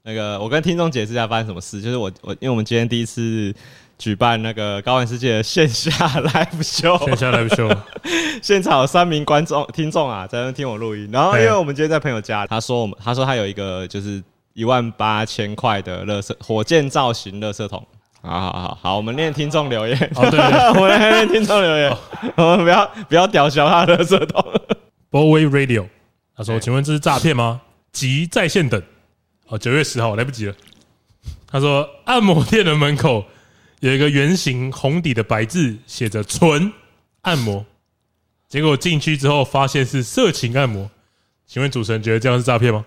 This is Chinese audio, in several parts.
那个我跟听众解释一下发生什么事，就是因为我们今天第一次举办那个高玩世界的线下 live show， 现场有3名听众啊，在那听我录音。然后因为我们今天在朋友家，他说他有一个就是18000块的火箭造型垃圾桶。好，我们念听众留言。对，我们来念听众留言，我们不要屌小他的垃圾桶。 Boway Radio， 他说：“请问这是诈骗吗？急在线等。9月10号来不及了。”他说：“按摩店的门口有一个圆形红底的白字，写着‘纯按摩’，结果进去之后发现是色情按摩。请问主持人觉得这样是诈骗吗？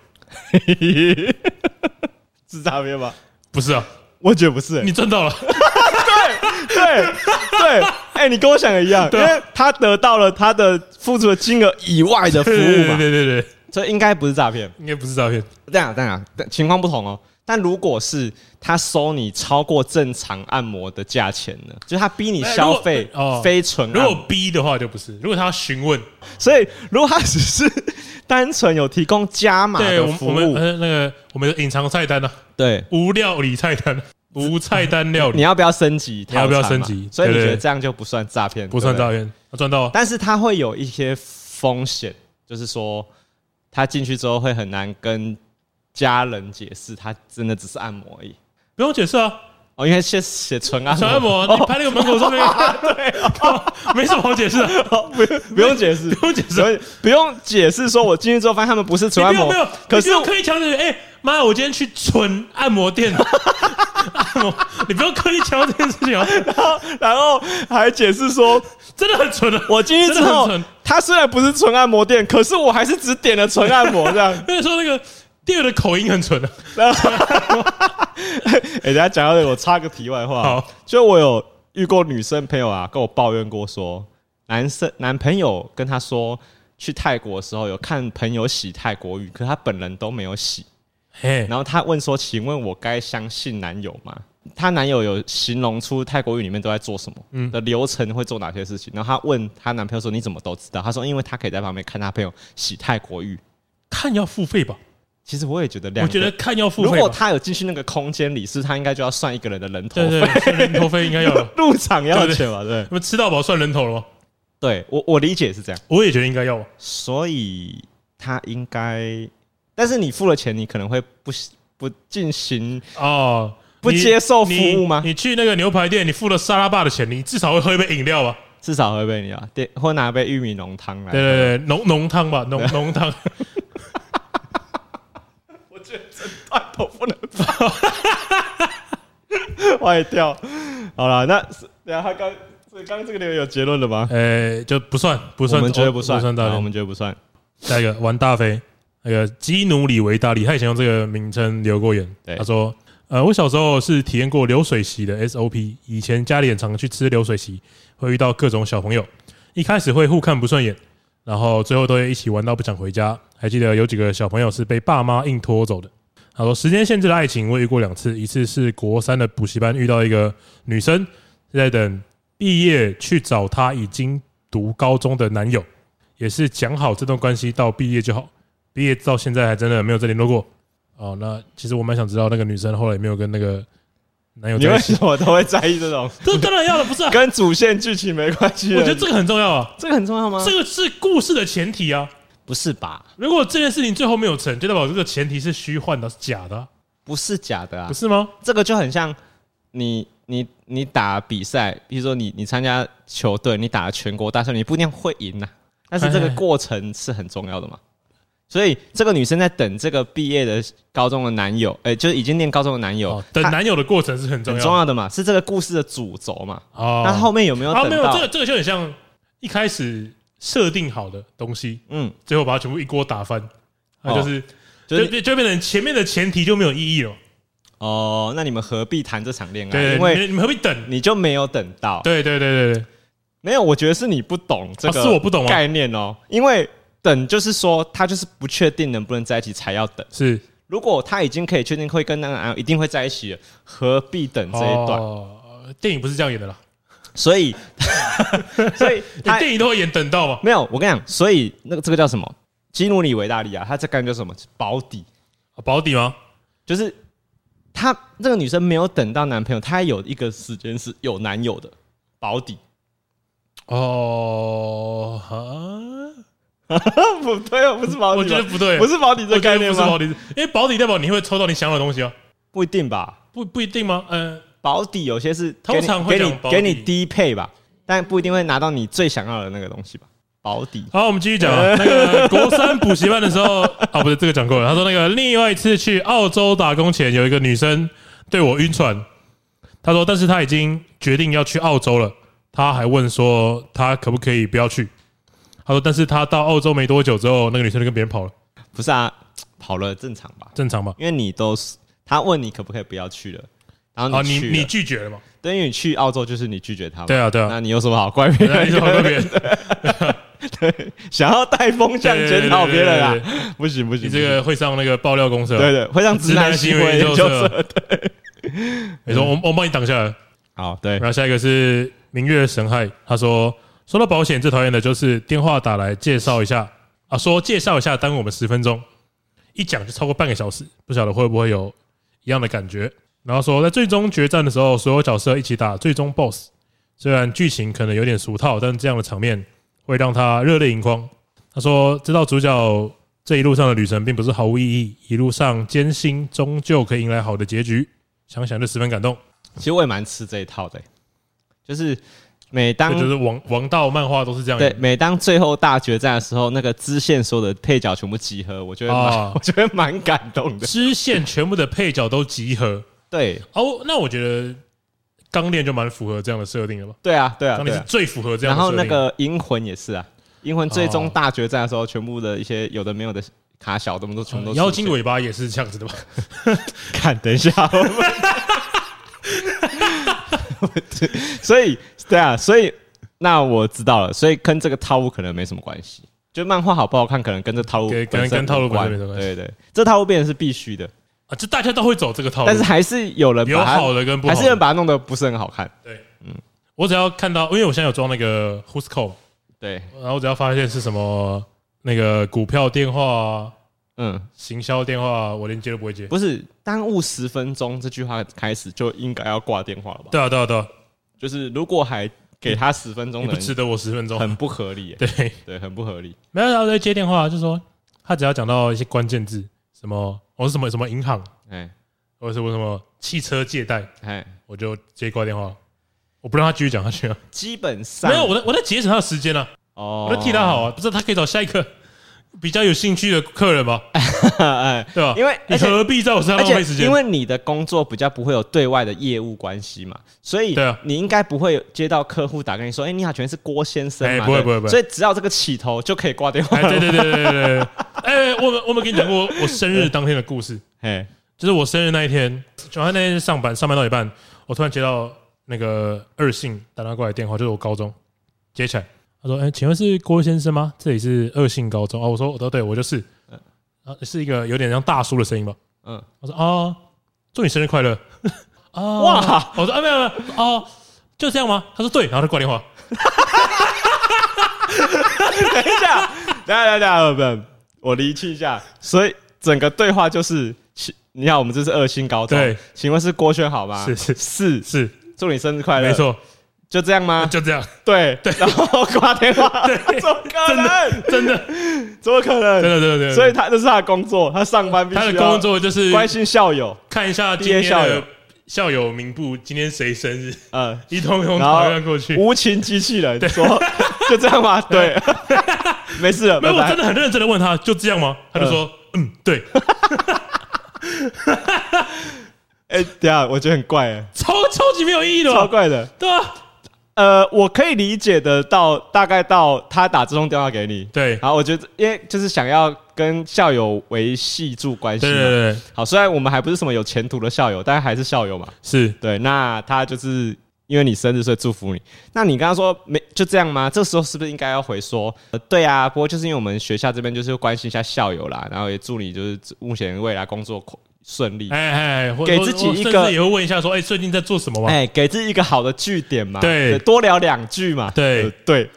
是诈骗吗？ 不是啊。” 我觉得不是、 你赚到了。 对，你跟我想的一样，因为他得到了他的付出的金额以外的服务嘛， 对， 这应该不是诈骗， 应该不是诈骗。 当然，情况不同哦。但如果是他收你超过正常按摩的价钱呢，就是他逼你消费非纯按摩， 如果逼的话就不是，如果他询问， 所以如果他只是单纯有提供加码的服务， 我们的隐藏菜单呢？ 对， 无料理菜单，无菜单料理， 你要不要升级？ 你要不要升级？ 所以你觉得这样就不算诈骗？ 不算诈骗，赚到。 但是他会有一些风险，就是说他进去之后会很难跟家人解释，他真的只是按摩而已。 不用解释啊。 因为写纯按摩， 纯按摩，你拍那个门口上面，对，没什么好解释的， 不用解释，不用解释，说我进去之后发现他们不是纯按摩， 没有，可是我刻意强调，妈，我今天去纯按摩店按摩，你不用刻意强调这件事情哦。 然后还解释说， 真的很纯啊！ 我进去之后，他虽然不是纯按摩店，可是我还是只点了纯按摩这样。 跟你说那个第二的口音很纯啊。 等一下讲到这个，我插个题外话，就我有遇过女生朋友啊，跟我抱怨过说，男朋友跟她说，去泰国的时候有看朋友洗泰国浴，可是他本人都没有洗。然后她问说：“请问我该相信男友吗？”她男友有形容出泰国浴里面都在做什么的流程，会做哪些事情。然后她问她男朋友说：“你怎么都知道？”她说：“因为她可以在旁边看她朋友洗泰国浴， 看要付费吧。” 其实我也觉得， 我觉得看要付费。 如果他有进去那个空间里，是他应该就要算一个人的人头费， 对，人头费应该要了， 入场要钱嘛，对。 那么吃到饱算人头了吗？ 对，我理解是这样， 我也觉得应该要。 所以他应该，但是你付了钱，你可能会不进行不接受服务吗？ 你去那个牛排店，你付了沙拉吧的钱，你至少会喝一杯饮料吧？ 至少喝一杯饮料，对，或拿杯玉米浓汤来。 对，浓汤吧，浓汤。 整段都不能放，坏掉。好了，那等下他刚这个留言有结论了吗？ 就不算，我们觉得不算， 我们觉得不算。 下一个玩大飞，那个基努里维大利，他以前用这个名称留过言。他说：“我小时候是体验过流水席的 SOP， 以前家里很常去吃流水席，会遇到各种小朋友，一开始会互看不顺眼。”然后最后都会一起玩到不想回家，还记得有几个小朋友是被爸妈硬拖走的。他说时间限制的爱情我遇过2次，一次是国3的补习班遇到一个女生是在等毕业去找她已经读高中的男友，也是讲好这段关系到毕业就好，毕业到现在还真的没有再联络过。那其实我蛮想知道那个女生后来有没有跟那个男友在一起。 你为什么都会在意这种？ 这当然要了，不是跟主线剧情没关系。 我觉得这个很重要啊。 这个很重要吗？ 这个是故事的前提啊。 不是吧？ 如果这件事情最后没有成，就代表这个前提是虚幻的，是假的。 不是假的啊？ 不是吗？ 这个就很像你打比赛，比如说你参加球队，你打全国大赛，你不一定会赢啊，但是这个过程是很重要的嘛。所以这个女生在等这个毕业的高中的男友，就是已经念高中的男友， 等男友的过程是很重要的嘛，是这个故事的主轴嘛。那后面有没有等到？ 没有，这个就很像一开始设定好的东西，最后把它全部一锅打翻，就变成前面的前提就没有意义了。 那你们何必谈这场恋爱？ 对， 因为你们何必等？ 你就没有等到。 对， 没有，我觉得是你不懂这个， 是我不懂概念哦。因为等就是说，他就是不确定能不能在一起才要等。 是， 如果他已经可以确定会跟那个男友一定会在一起了，何必等这一段？ 电影不是这样演的啦。 所以电影都会演等到嘛？ 没有，我跟你讲，所以这个叫什么？基努里维大利啊，他这干叫什么？保底。 保底吗？ 就是她这个女生没有等到男朋友，她还有一个时间是有男友的保底。 哦， 不对哦，不是保底， 我觉得不对， 不是保底这个概念吗？ 不是保底，因为保底代表你会抽到你想要的东西啊， 不一定吧？ 不一定吗？ 保底有些是通常会给你低配吧，但不一定会拿到你最想要的那个东西吧。保底。 好，我们继续讲那个国三补习班的时候，不是这个讲过了。他说那个另外一次去澳洲打工前，有一个女生对我晕船。他说，但是他已经决定要去澳洲了，他还问说他可不可以不要去。他说，但是他到澳洲没多久之后，那个女生就跟别人跑了。 不是啊，跑了正常吧？ 正常吧？ 因为你都是他问你可不可以不要去了，然后你拒绝了嘛？ 对，因为你去澳洲就是你拒绝他嘛。 对啊， 那你有什么好怪别人？ 你好怪别人？ 对，想要带风向检讨别人啊？不行， 你这个会上那个爆料公社， 对，会上直男行为研究社。对， 没错，我帮你挡下来。 好，对。 然后下一个是明月神害，他说到保险最讨厌的就是电话打来介绍一下啊，说介绍一下耽误我们10分钟，一讲就超过半个小时，不晓得会不会有一样的感觉。然后说在最终决战的时候，所有角色一起打最终 BOSS， 虽然剧情可能有点俗套，但这样的场面会让他热泪盈眶。他说知道主角这一路上的旅程并不是毫无意义，一路上艰辛终究可以迎来好的结局，想想就十分感动。 其实我也蛮吃这一套的，就是每当就是王道漫画都是这样。 对，每当最后大决战的时候，那个支线所有的配角全部集合，我觉得蛮感动的。 支线全部的配角都集合， 对哦，那我觉得钢炼就蛮符合这样的设定了吧？ 对啊， 钢炼是最符合这样的设定。 然后那个银魂也是啊，银魂最终大决战的时候，全部的一些有的没有的卡小的都全部都妖精尾巴也是这样子的吧？ 看，等一下。所以对啊，所以那我知道了，所以跟这个套路可能没什么关系。就漫画好不好看，可能跟这套路跟套路没什么关系。对，这套路变成是必须的啊，就大家都会走这个套路， 但是还是有人有好的跟不好的， 还是有人把它弄得不是很好看。 对，我只要看到，因为我现在有装那个 Whoscall， 对，然后我只要发现是什么那个股票电话啊。行销电话我连接都不会接。 不是耽误10分钟这句话开始就应该要挂电话了吧？ 对啊， 就是如果还给他10分钟， 你不值得我10分钟， 很不合理。对，很不合理。 没有，然后在接电话，就说他只要讲到一些关键字，什么我是什么银行，或者是我什么汽车借贷，我就直接挂电话，我不让他继续讲下去啊。 基本上没有，我在节省他的时间啊，我在替他好啊，不是他可以找下一个比较有兴趣的客人吧？对吧？ 因为你何必在我身上浪费时间？ 因为你的工作比较不会有对外的业务关系嘛，所以你应该不会接到客户打跟你说：“你好，全是郭先生嘛。” 不会。 所以只要这个起头就可以挂电话。 对。我们跟你讲过我生日当天的故事。就是我生日那一天，就他那天上班到一半，我突然接到那个2信打电话过来电话，就是我高中接起来。他说：“请问是郭先生吗？这里是2信高中。”我说：“对，我就是。”是一个有点像大叔的声音吧？我说：“祝你生日快乐。”哇！我说：“没有就这样吗？”他说：“对。”然后他挂电话。 等一下，等，我离去一下。所以整个对话就是：你好，我们这是2信高中。对，请问是郭轩好吗？是，祝你生日快乐。 没错。 就这样吗？ 就这样， 对，然后挂电话，怎么可能？ 真的， 怎么可能？ 真的， 所以这是他的工作，他上班必须他的工作就是关心校友， 看一下今天的校友名簿，今天谁生日？一通打电话过去， 无情机器人说就这样吗？对，没事了。 没有，我真的很认真的问他，就这样吗？他就说，对。 等一下，我觉得很怪， 超级没有意义的， 超怪的， 对啊。 我可以理解的大概到他打这通电话给你， 对， 然后我觉得因为就是想要跟校友维系住关系嘛， 对。 好，虽然我们还不是什么有前途的校友，但还是校友嘛， 是对。那他就是因为你生日所以祝福你，那你刚刚说就这样吗？这时候是不是应该要回说，对啊，不过就是因为我们学校这边就是关心一下校友啦，然后也祝你就是目前未来工作顺利，给自己一个， 甚至也会问一下说，最近在做什么吗？ 给自己一个好的句点嘛， 对， 多聊2句嘛， 对。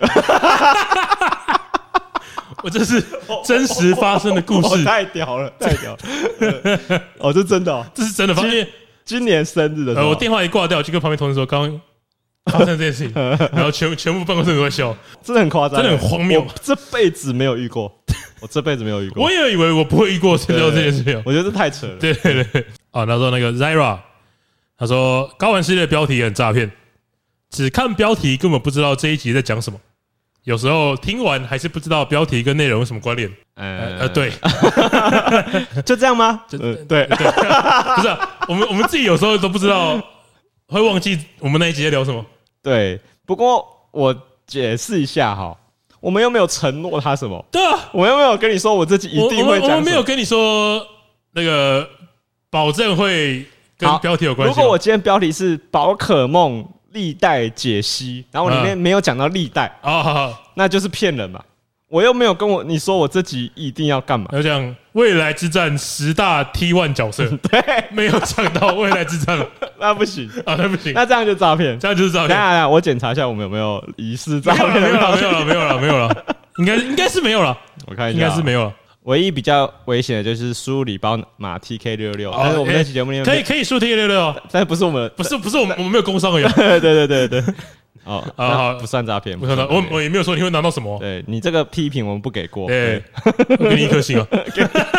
我这是真实发生的故事， 太屌了，这真的， 这是真的发生。 今年生日的时候， 我电话一挂掉，就跟旁边同事说刚刚发生这件事情，然后全部办公室都在笑， 真的很夸张， 真的很荒谬。 我这辈子没有遇过，我这辈子没有遇过。 我也以为我不会遇过这件事情， 我觉得这太扯了。 对对对，啊，他说那个 Zyra， 他说高玩系列的标题很诈骗，只看标题根本不知道这一集在讲什么。有时候听完还是不知道标题跟内容有什么关联。对， 就这样吗？对， 不是啊，我们自己有时候都不知道，会忘记我们那一集在聊什么。 对，不过我解释一下哈，我们又没有承诺他什么。 对啊， 我又没有跟你说我自己一定会讲什么。 我们没有跟你说那个保证会跟标题有关系。 如果我今天标题是宝可梦历代解析，然后里面没有讲到历代那就是骗人嘛。我又没有跟你说我这集一定要干嘛， 要讲未来之战10大 T1 角色，对，没有讲到未来之战了， 那不行啊，那不行， 那这样就诈骗， 这样就是诈骗。 等一下，我检查一下我们有没有疑似诈骗。 没有了，应该是没有了， 我看一下， 应该是没有了。 唯一比较危险的就是输入礼包码 TK66，但是我们那期节目里面可以输 TK66， 但是不是我们， 不是我们没有工商而已。 对。好，不算诈骗， 不算诈骗。我也没有说你会拿到什么。 对你这个批评我们不给过。 对，我给你1颗星啊。 给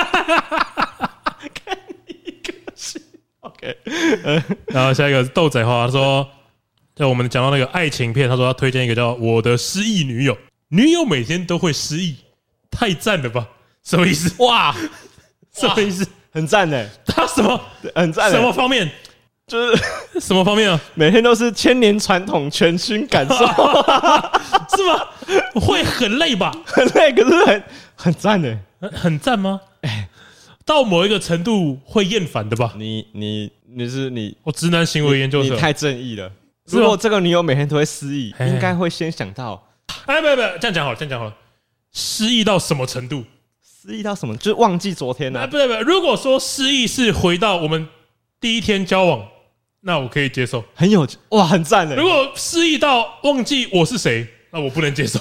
你1颗星。OK。 然后下一个是豆仔话，他说，在我们讲到那个爱情片，他说他推荐一个叫《我的失忆女友》，女友每天都会失忆，太赞了吧？什么意思？哇，什么意思？ 很赞欸。他什么？ 很赞。 什么方面？ 就是什么方面啊？ 每天都是千年传统，全新感受， 是吗？会很累吧？ 很累，可是很赞欸。 很赞吗？到某一个程度会厌烦的吧？ 我直男行为研究社， 你太正义了。如果这个女友每天都会失忆，应该会先想到， 不，这样讲好了，失忆到什么程度？ 失忆到什么？就是忘记昨天了。 不，如果说失忆是回到我们第一天交往，那我可以接受， 很赞欸。 如果失忆到忘记我是谁，那我不能接受。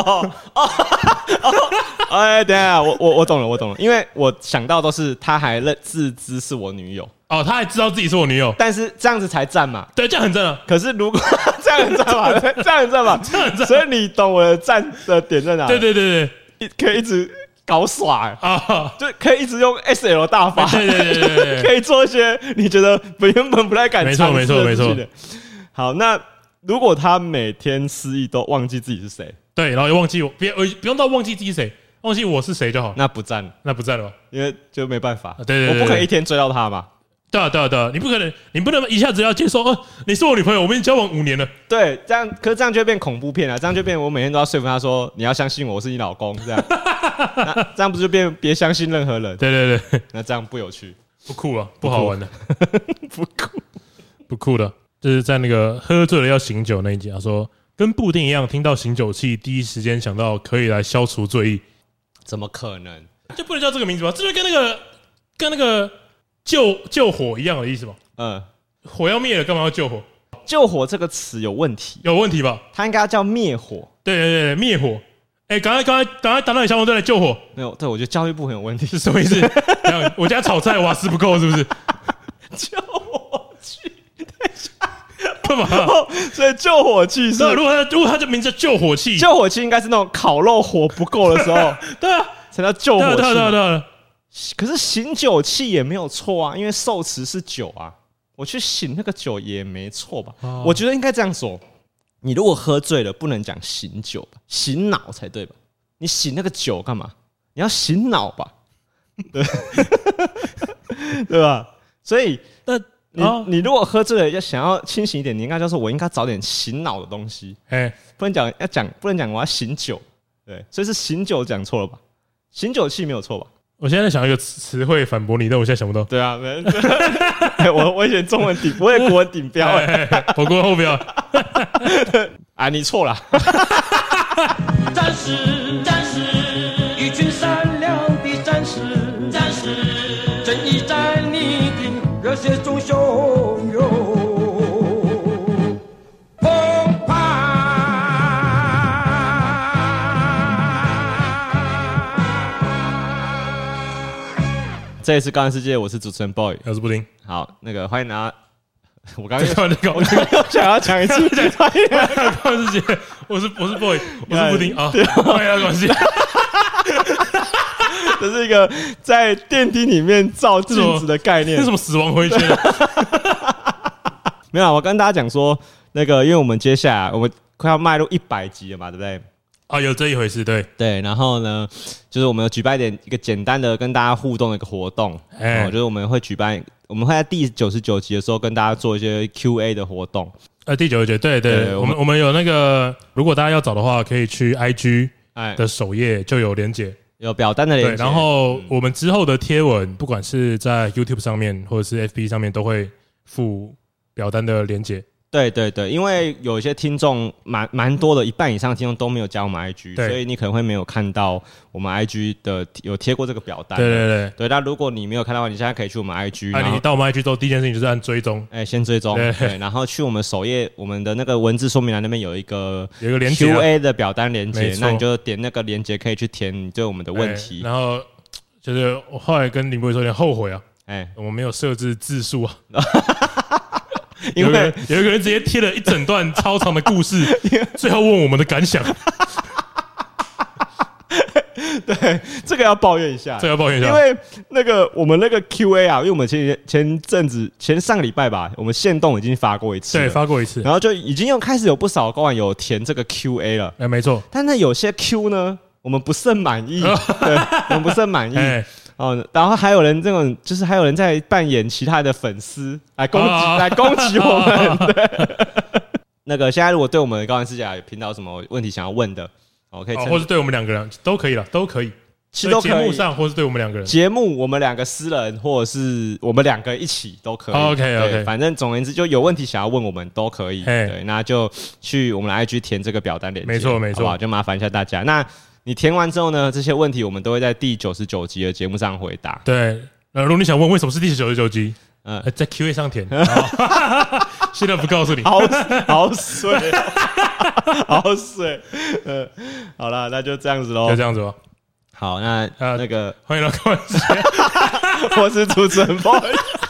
等一下，我懂了，因为我想到都是他还自知是我女友， 他还知道自己是我女友， 但是这样子才赞嘛。 对，这样很赞啊。 可是如果这样很赞嘛，这样很赞嘛，所以你懂我的赞的点在哪？ 对， 可以一直搞耍就可以一直用 SL 大法，对，可以做一些你觉得原本不太敢尝试的事情的。好，那如果他每天失忆都忘记自己是谁， 对，然后又忘记我，不用到忘记自己是谁，忘记我是谁就好， 那不赞了吧？因为就没办法， 对， 我不可能一天追到他嘛。 对啊，你不能一下子要接受，你是我女朋友，我们已经交往5年了。 对，可是这样就会变恐怖片啊，这样就变我每天都要说服他说你要相信我是你老公，这样，这样不就变别相信任何人？ 对， 那这样不有趣， 不酷啊，不好玩的， 不酷的。就是在那个喝醉了要醒酒那一集，他说跟布丁一样，听到醒酒器第一时间想到可以来消除醉意， 怎么可能？ 就不能叫这个名字吧？这就跟那个救火一样的意思嘛。火要灭了，干嘛要救火？ 救火这个词有问题吧？ 它应该叫灭火。 对，灭火。赶快打到你消防队来救火。 没有，对我觉得教育部很有问题。 是什么意思？我家炒菜瓦斯不够是不是？ 救火器，等一下。 干嘛？ 所以救火器是， 如果它的名字叫救火器， 救火器应该是那种烤肉火不够的时候， 对啊， 才叫救火器。 对。 可是醒酒器也没有错啊，因为受词是酒啊，我去醒那个酒也没错吧？我觉得应该这样说：你如果喝醉了，不能讲醒酒吧，醒脑才对吧？你醒那个酒干嘛？你要醒脑吧？对，对吧？所以你如果喝醉了，想要清醒一点，你应该就说我应该找点醒脑的东西。不能讲我要醒酒，对，所以是醒酒讲错了吧？醒酒器没有错吧？ 我现在想一个词汇反驳你，但我现在想不到。 对啊，我以前中文我也国文顶标， 我国文后标。 你错了。 战士，一群善良的战士，正义在你的热血中汹涌。 这里是高玩世界，我是主持人 Boy， 我是布丁。 好，那个欢迎大家。我刚刚又想要讲一次，欢迎来到高玩世界，我是 Boy， 我是布丁啊，欢迎来到高玩世界。 这是一个在电梯里面照镜子的概念， 是什么死亡回圈？ 没有，我跟大家讲说，那个因为我们接下来我们快要迈入100集了嘛，对不对？ 哦，有这一回事，对对。然后呢，就是我们有举办一个简单的跟大家互动的一个活动，就是我们会举办，我们会在第99集的时候跟大家做一些 Q&A 的活动。 第99集，对，我们有那个，如果大家要找的话，可以去 IG 的首页就有连结。有表单的连结， 然后我们之后的贴文，不管是在 YouTube 上面或者是 FB 上面，都会附表单的连结。 对，因为有一些听众蛮多的，一半以上的听众都没有加我们 IG， 所以你可能会没有看到我们 IG 的有贴过这个表单。对。那如果你没有看到，你现在可以去我们 IG。你到我们 IG 之后，第一件事情就是按追踪， 先追踪，对，然后去我们首页，我们的那个文字说明栏那边有一个连结 QA 的表单连结，那你就点那个连结，可以去填你对我们的问题。 然后就是我后来跟林博说有点后悔啊，我们没有设置字数啊。因为有一个人直接贴了一整段超长的故事，最后问我们的感想。 对，这个要抱怨一下，因为那个我们那个 Q&A 啊，因为我们前上个礼拜吧，我们限动已经发过一次， 对，发过一次， 然后就已经开始有不少高玩有填这个 Q&A 了， 没错。 但那有些 Q 呢，我们不是很满意，对，我们不是很满意。然后还有人就是还有人在扮演其他的粉丝来攻击我们。对，那个现在如果对我们的高玩世界频道有什么问题想要问的，可以， 或是对我们两个人都可以了，都可以。 其实都可以， 节目上或是对我们两个人， 节目我们两个私人，或者是我们两个一起都可以。 OK， 反正总而言之，就有问题想要问我们都可以。对，那就去我们的 IG 填这个表单连结，没错，就麻烦一下大家。那你填完之后呢，这些问题我们都会在第99集的节目上回答。 对，如果你想问为什么是第99集，在 Q&A 上填。现在不告诉你， 好水，好水。好了，那就这样子咯， 就这样子吧。 好，那个欢迎来高玩世界， 我是主持人 Boy。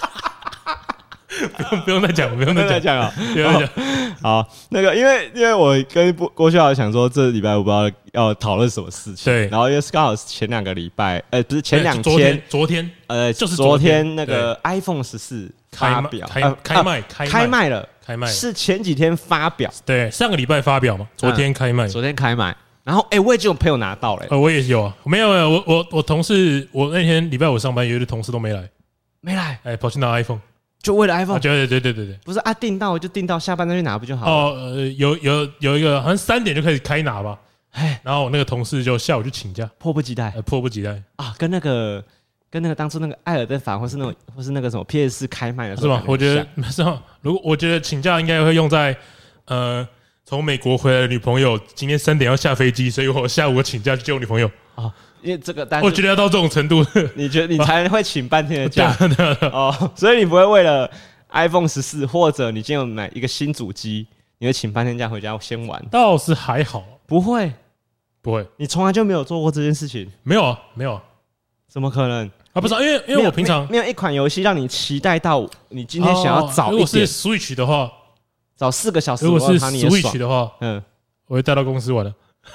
不用再讲，不用再讲啊！不用再讲。 好，那个因为我跟郭秀豪想说，这礼拜我不知道要讨论什么事情。 对， 然后因为刚好是前2个礼拜，不是前2天， 昨天，就是昨天那个 iPhone 14发表开卖了， 是前几天发表， 对，上个礼拜发表嘛，昨天开卖。 然后我已经有朋友拿到了， 我也有啊，没有，我同事，我那天礼拜5上班，有一个同事都没来，跑去拿 iPhone。 就为了 iPhone， 对， 不是啊，订到就订到，下班再去拿不就好了？ 有一个好像3点就开始开拿吧，然后我那个同事就下午就请假， 迫不及待啊，跟那个当初那个艾尔登法或是那个什么 PS4 开卖的时候， 是吗？我觉得是吗？我觉得请假应该会用在从美国回来的女朋友今天3点要下飞机，所以我下午请假去接我女朋友啊。因为这个， 我觉得要到这种程度， 你觉得你才会请半天的假哦，所以你不会为了 iPhone 14或者你今天有买一个新主机，你会请半天假回家先玩？ 倒是还好， 不会， 你从来就没有做过这件事情？ 没有啊， 怎么可能啊？不是，因为我平常没有一款游戏让你期待到你今天想要早一点。 如果是 Switch 的话， 早4个小时。 如果是 Switch 的话，我会带到公司玩的。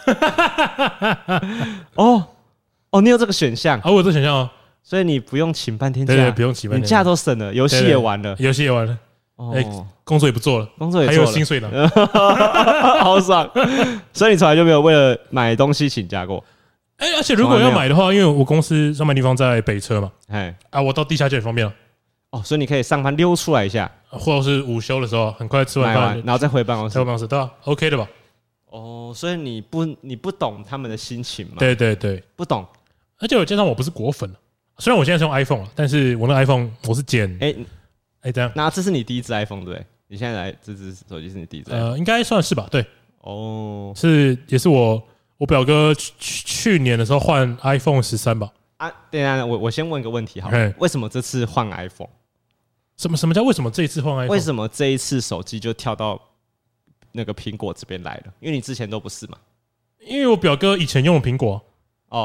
哦，你有这个选项我有这个选项哦， 所以你不用请半天假， 对，不用请半天假， 你假都省了，游戏也玩了， 工作也不做了，还有薪水呢， 好爽。所以你从来就没有为了买东西请假过？ 而且如果要买的话，因为我公司上班地方在北车嘛，我到地下就很方便了。 所以你可以上班溜出来一下， 或者是午休的时候，很快吃完饭， 然后再回办公室， 对吧 ？OK 的吧？ 所以你不懂他们的心情嘛？ 对， 不懂。 而且我加上我不是果粉，虽然我现在是用 iPhone 但是我那 iPhone 我是捡这样。 那这是你第一支 iPhone 对不对？你现在来这支手机是你第一支？ 应该算是吧？对，也是我表哥去年的时候换 iPhone 13吧？ 对啊，我先问个问题好了，为什么这次换 iPhone？ 什么叫为什么这一次换 iPhone？ 为什么这一次手机就跳到那个苹果这边来了？因为你之前都不是嘛？ 因为我表哥以前用苹果。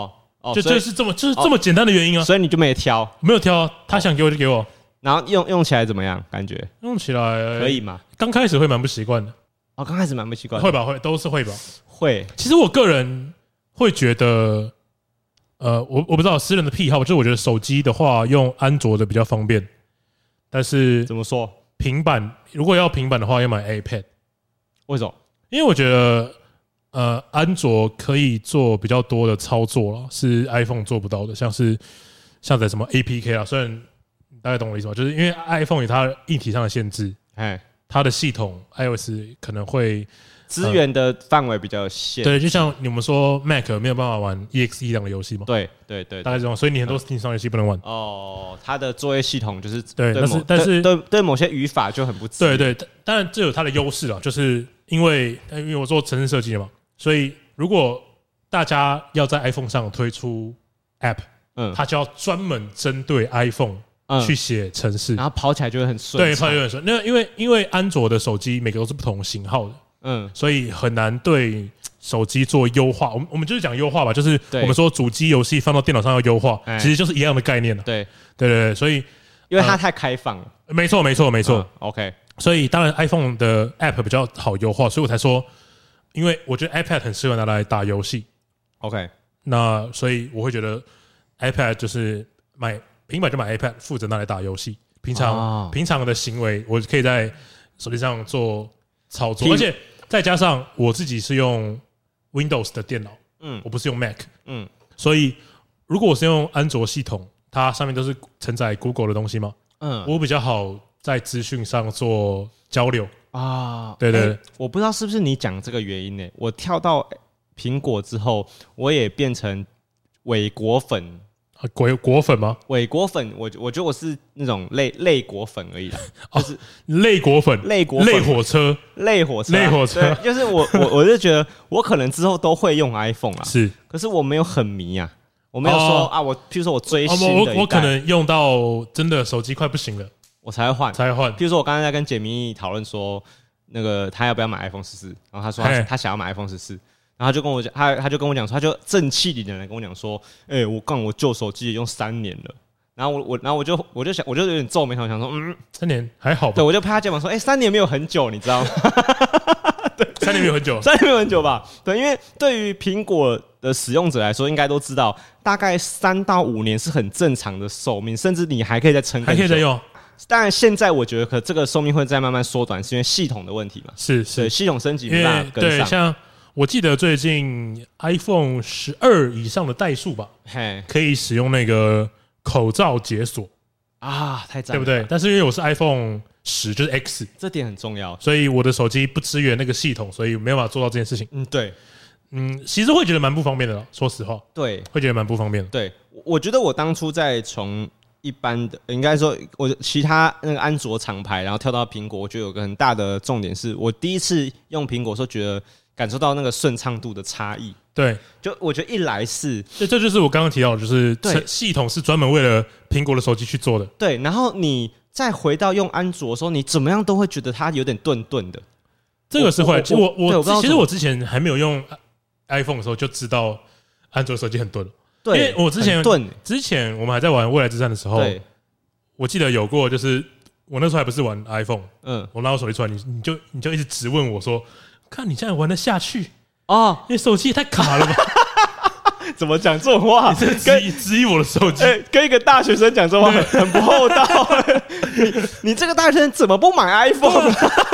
就是这么简单的原因啊。 所以你就没挑， 没有挑啊，他想给我就给我。 然后用起来怎么样？感觉用起来可以吗？ 刚开始会蛮不习惯的。 刚开始蛮不习惯， 会吧？会都是会吧？ 会。 其实我个人会觉得，我不知道私人的癖好，就是我觉得手机的话用安卓的比较方便。但是怎么说？ 平板如果要平板的话，要买 iPad。 为什么？ 因为我觉得安卓可以做比较多的操作了，是 iPhone 做不到的，像是下载什么 APK 啊，虽然你大概懂我意思吧，就是因为 iPhone 有它硬体上的限制，它的系统 iOS 可能会资源的范围比较限， 对，就像你们说 Mac 没有办法玩 EXE 这样的游戏嘛， 对， 大概这种，所以你很多 Steam 上游戏不能玩。 它的作业系统就是对，但是对某些语法就很不支援。 对，当然这有它的优势啦，就是因为我做程式设计的嘛，所以如果大家要在 iPhone 上推出 App，它就要专门针对 iPhone 去写程式， 然后跑起来就会很顺。 对，跑起来就很顺。那因为安卓的手机每个都是不同型号的，所以很难对手机做优化。我们就是讲优化吧，就是我们说主机游戏放到电脑上要优化，其实就是一样的概念了。对，所以因为它太开放了。 没错。 OK， 所以当然 iPhone 的 App 比较好优化，所以我才说，因为我觉得 iPad 很适合拿来打游戏。 OK， 那所以我会觉得 iPad 就是买平板就买 iPad， 负责拿来打游戏。平常的行为，我可以在手机上做操作，而且再加上我自己是用 Windows 的电脑，我不是用 Mac，所以如果我是用安卓系统，它上面都是承载 Google 的东西嘛，我比较好在资讯上做交流啊。对， 我不知道是不是你讲这个原因呢？我跳到苹果之后，我也变成伪果粉。 果粉吗？ 伪果粉，我觉得我是那种类果粉而已啦，就是类果粉、类火车、 类火车，就是我就觉得我可能之后都会用 iPhone 啦， 是， 可是我没有很迷啊，我没有说我譬如说我追新的一代， 我可能用到真的手机快不行了， 我才会换。 譬如说我刚才在跟简明讨论说，那个他要不要买 iPhone 14，然后他说他想要买 iPhone 14。然后他就跟我讲，他就跟我讲说，他就正气凛然来跟我讲说，我旧手机也用3年了。然后我就想，我就有点皱眉头，想说 ，3年还好吧？ 对，我就拍他肩膀说，3年没有很久，你知道吗？ 对，3年没有很久， 吧？对，因为对于苹果的使用者来说，应该都知道，大概3到5年是很正常的寿命，甚至你还可以再撑更久， 还可以再用。 当然，现在我觉得这个寿命会再慢慢缩短，是因为系统的问题嘛？ 是， 系统升级没办法跟上。 对，像我记得最近 iPhone 12以上的代数吧，可以使用那个口罩解锁啊，太赞了， 对不对？但是因为我是 iPhone 10，就是 X， 这点很重要， 所以我的手机不支援那个系统，所以没有办法做到这件事情。 对， 其实会觉得蛮不方便的，说实话， 对， 会觉得蛮不方便的。 对，我觉得我当初在从一般的，应该说，我其他那个安卓厂牌，然后跳到苹果，我觉得有个很大的重点是，我第一次用苹果的时候，觉得感受到那个顺畅度的差异。 对， 就我觉得一来是， 这就是我刚刚提到的，就是系统是专门为了苹果的手机去做的。 对，然后你再回到用安卓的时候，你怎么样都会觉得它有点顿顿的。 这个是会，其实我之前还没有用 iPhone 的时候就知道安卓手机很钝。 对， 因为我之前我们还在玩未来之战的时候，我记得有过，就是我那时候还不是玩 iPhone，我拿我手机出来，你就一直质问我说，看你这样玩得下去哦？你手机也太卡了吧？ 怎么讲这种话？ 你这质疑我的手机， 跟一个大学生讲这种话很不厚道。你这个大学生怎么不买 iPhone？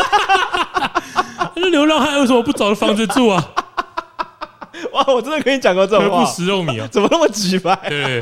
那流浪汉为什么不找房子住啊？ 哇！我真的跟你讲过这种话， 不食肉糜啊， 怎么那么直白？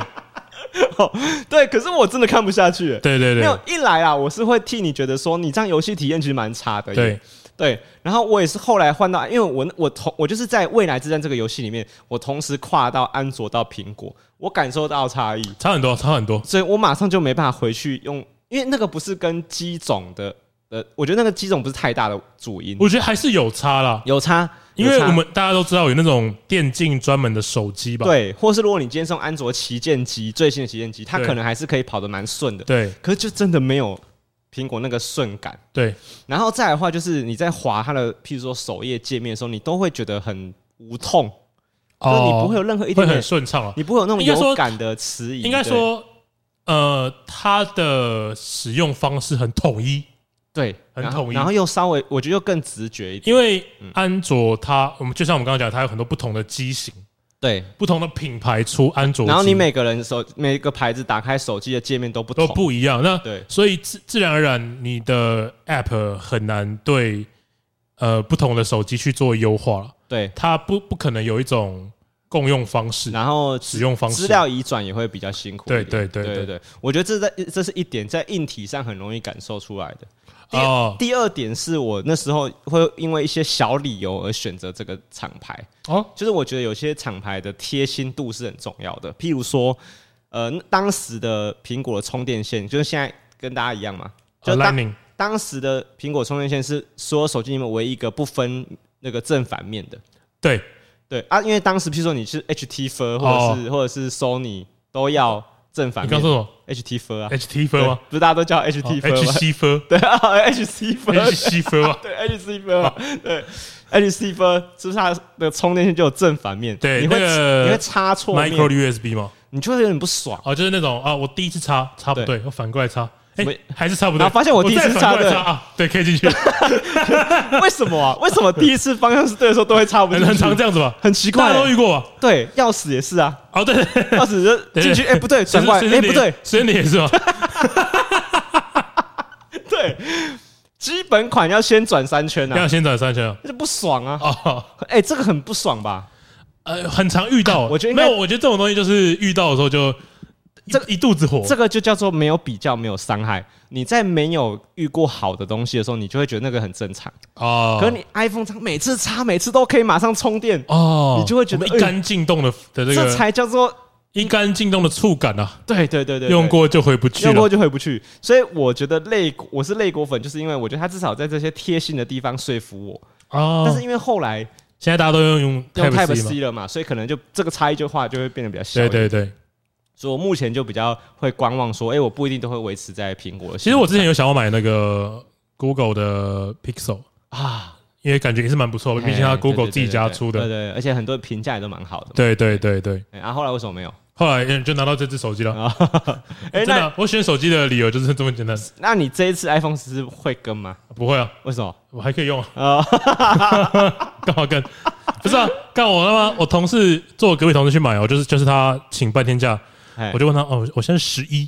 对，可是我真的看不下去。 对， 没有一来啊，我是会替你觉得说，你这样游戏体验其实蛮差的。对，然后我也是后来换到，因为我就是在未来之战这个游戏里面，我同时跨到安卓到苹果，我感受到差异， 差很多， 所以我马上就没办法回去用，因为那个不是跟机种的。我觉得那个机种不是太大的主因， 我觉得还是有差啦， 有差， 因为我们大家都知道有那种电竞专门的手机吧， 对，或是如果你今天是用安卓旗舰机，最新的旗舰机，它可能还是可以跑得蛮顺的， 对， 可是就真的没有苹果那个顺感， 对。 然后再来的话，就是你在滑它的，譬如说首页界面的时候，你都会觉得很无痛就是你不会有任何一点会很顺畅啊， 你不会有那种有感的迟疑。 应该说，它的使用方式很统一， 对， 很统一， 然后又稍微我觉得又更直觉一点， 因为安卓我们就像我们刚刚讲，它有很多不同的机型。 对， 不同的品牌出安卓机， 然后你每个牌子打开手机的界面都不一样，那对， 所以自然而然你的 App 很难对不同的手机去做优化了。 对， 它不可能有一种共用方式， 然后使用方式， 资料移转也会比较辛苦一点。 对， 我觉得这是一点在硬体上很容易感受出来的。第二点是我那时候会因为一些小理由而选择这个厂牌就是我觉得有些厂牌的贴心度是很重要的。譬如说，当时的苹果的充电线就是现在跟大家一样嘛，就当时的苹果充电线是所有手机里面唯一一个不分那个正反面的。 对因为当时譬如说你是 HT4 或者是 Sony 都要正反面。 你刚说什么 ？HT4 啊 ？HT4 吗？ 不是大家都叫 HT4 吗 ？HC4 对啊 ，HC4 吗？ 对 HC4 嘛，对 HC4 就是它的充电线就有正反面， 对， 你会插错面 Micro USB 吗？ 你就会有点不爽就是那种我第一次插不对，我反过来插。还是插不对， 然后发现我第一次插对对，可以进去。 为什么啊？为什么第一次方向是对的时候都会插不进去？ 很常这样子吧？ 很奇怪， 大家都遇过吧？ 对，钥匙也是啊。 对， 钥匙就进去，不对，转过来，不对， 随你也是吧？ 对，基本款要先转3圈啊， 要先转3圈啊， 这不爽啊！这个很不爽吧？ 很常遇到，我觉得没有，我觉得这种东西就是遇到的时候就。一肚子火， 这个就叫做没有比较，没有伤害。你在没有遇过好的东西的时候，你就会觉得那个很正常可是你 iPhone 每次插，每次都可以马上充电你就会觉得一杆进洞的这个， 这才叫做一杆进洞的触感啊！ 对， 用过就回不去了， 用过就回不去。所以我觉得我是类果粉，就是因为我觉得他至少在这些贴心的地方说服我但是因为后来现在大家都用 Type C 了嘛，所以可能就这个差异就会变得比较小。 对。 所以我目前就比较会观望说我不一定都会维持在苹果的。 其实我之前有想要买那个 Google 的 Pixel 因为感觉也是蛮不错的，毕竟它 Google 自己家出的。 对，而且很多评价也都蛮好的。 对。 后来为什么没有？ 后来就拿到这只手机了。真的，我选手机的理由就是这么简单。 那你这一次 iPhone 14会跟吗？ 不会啊。 为什么？ 我还可以用干嘛跟？不是干我同事坐我隔壁同事去买就是他请半天假。我就问他我现在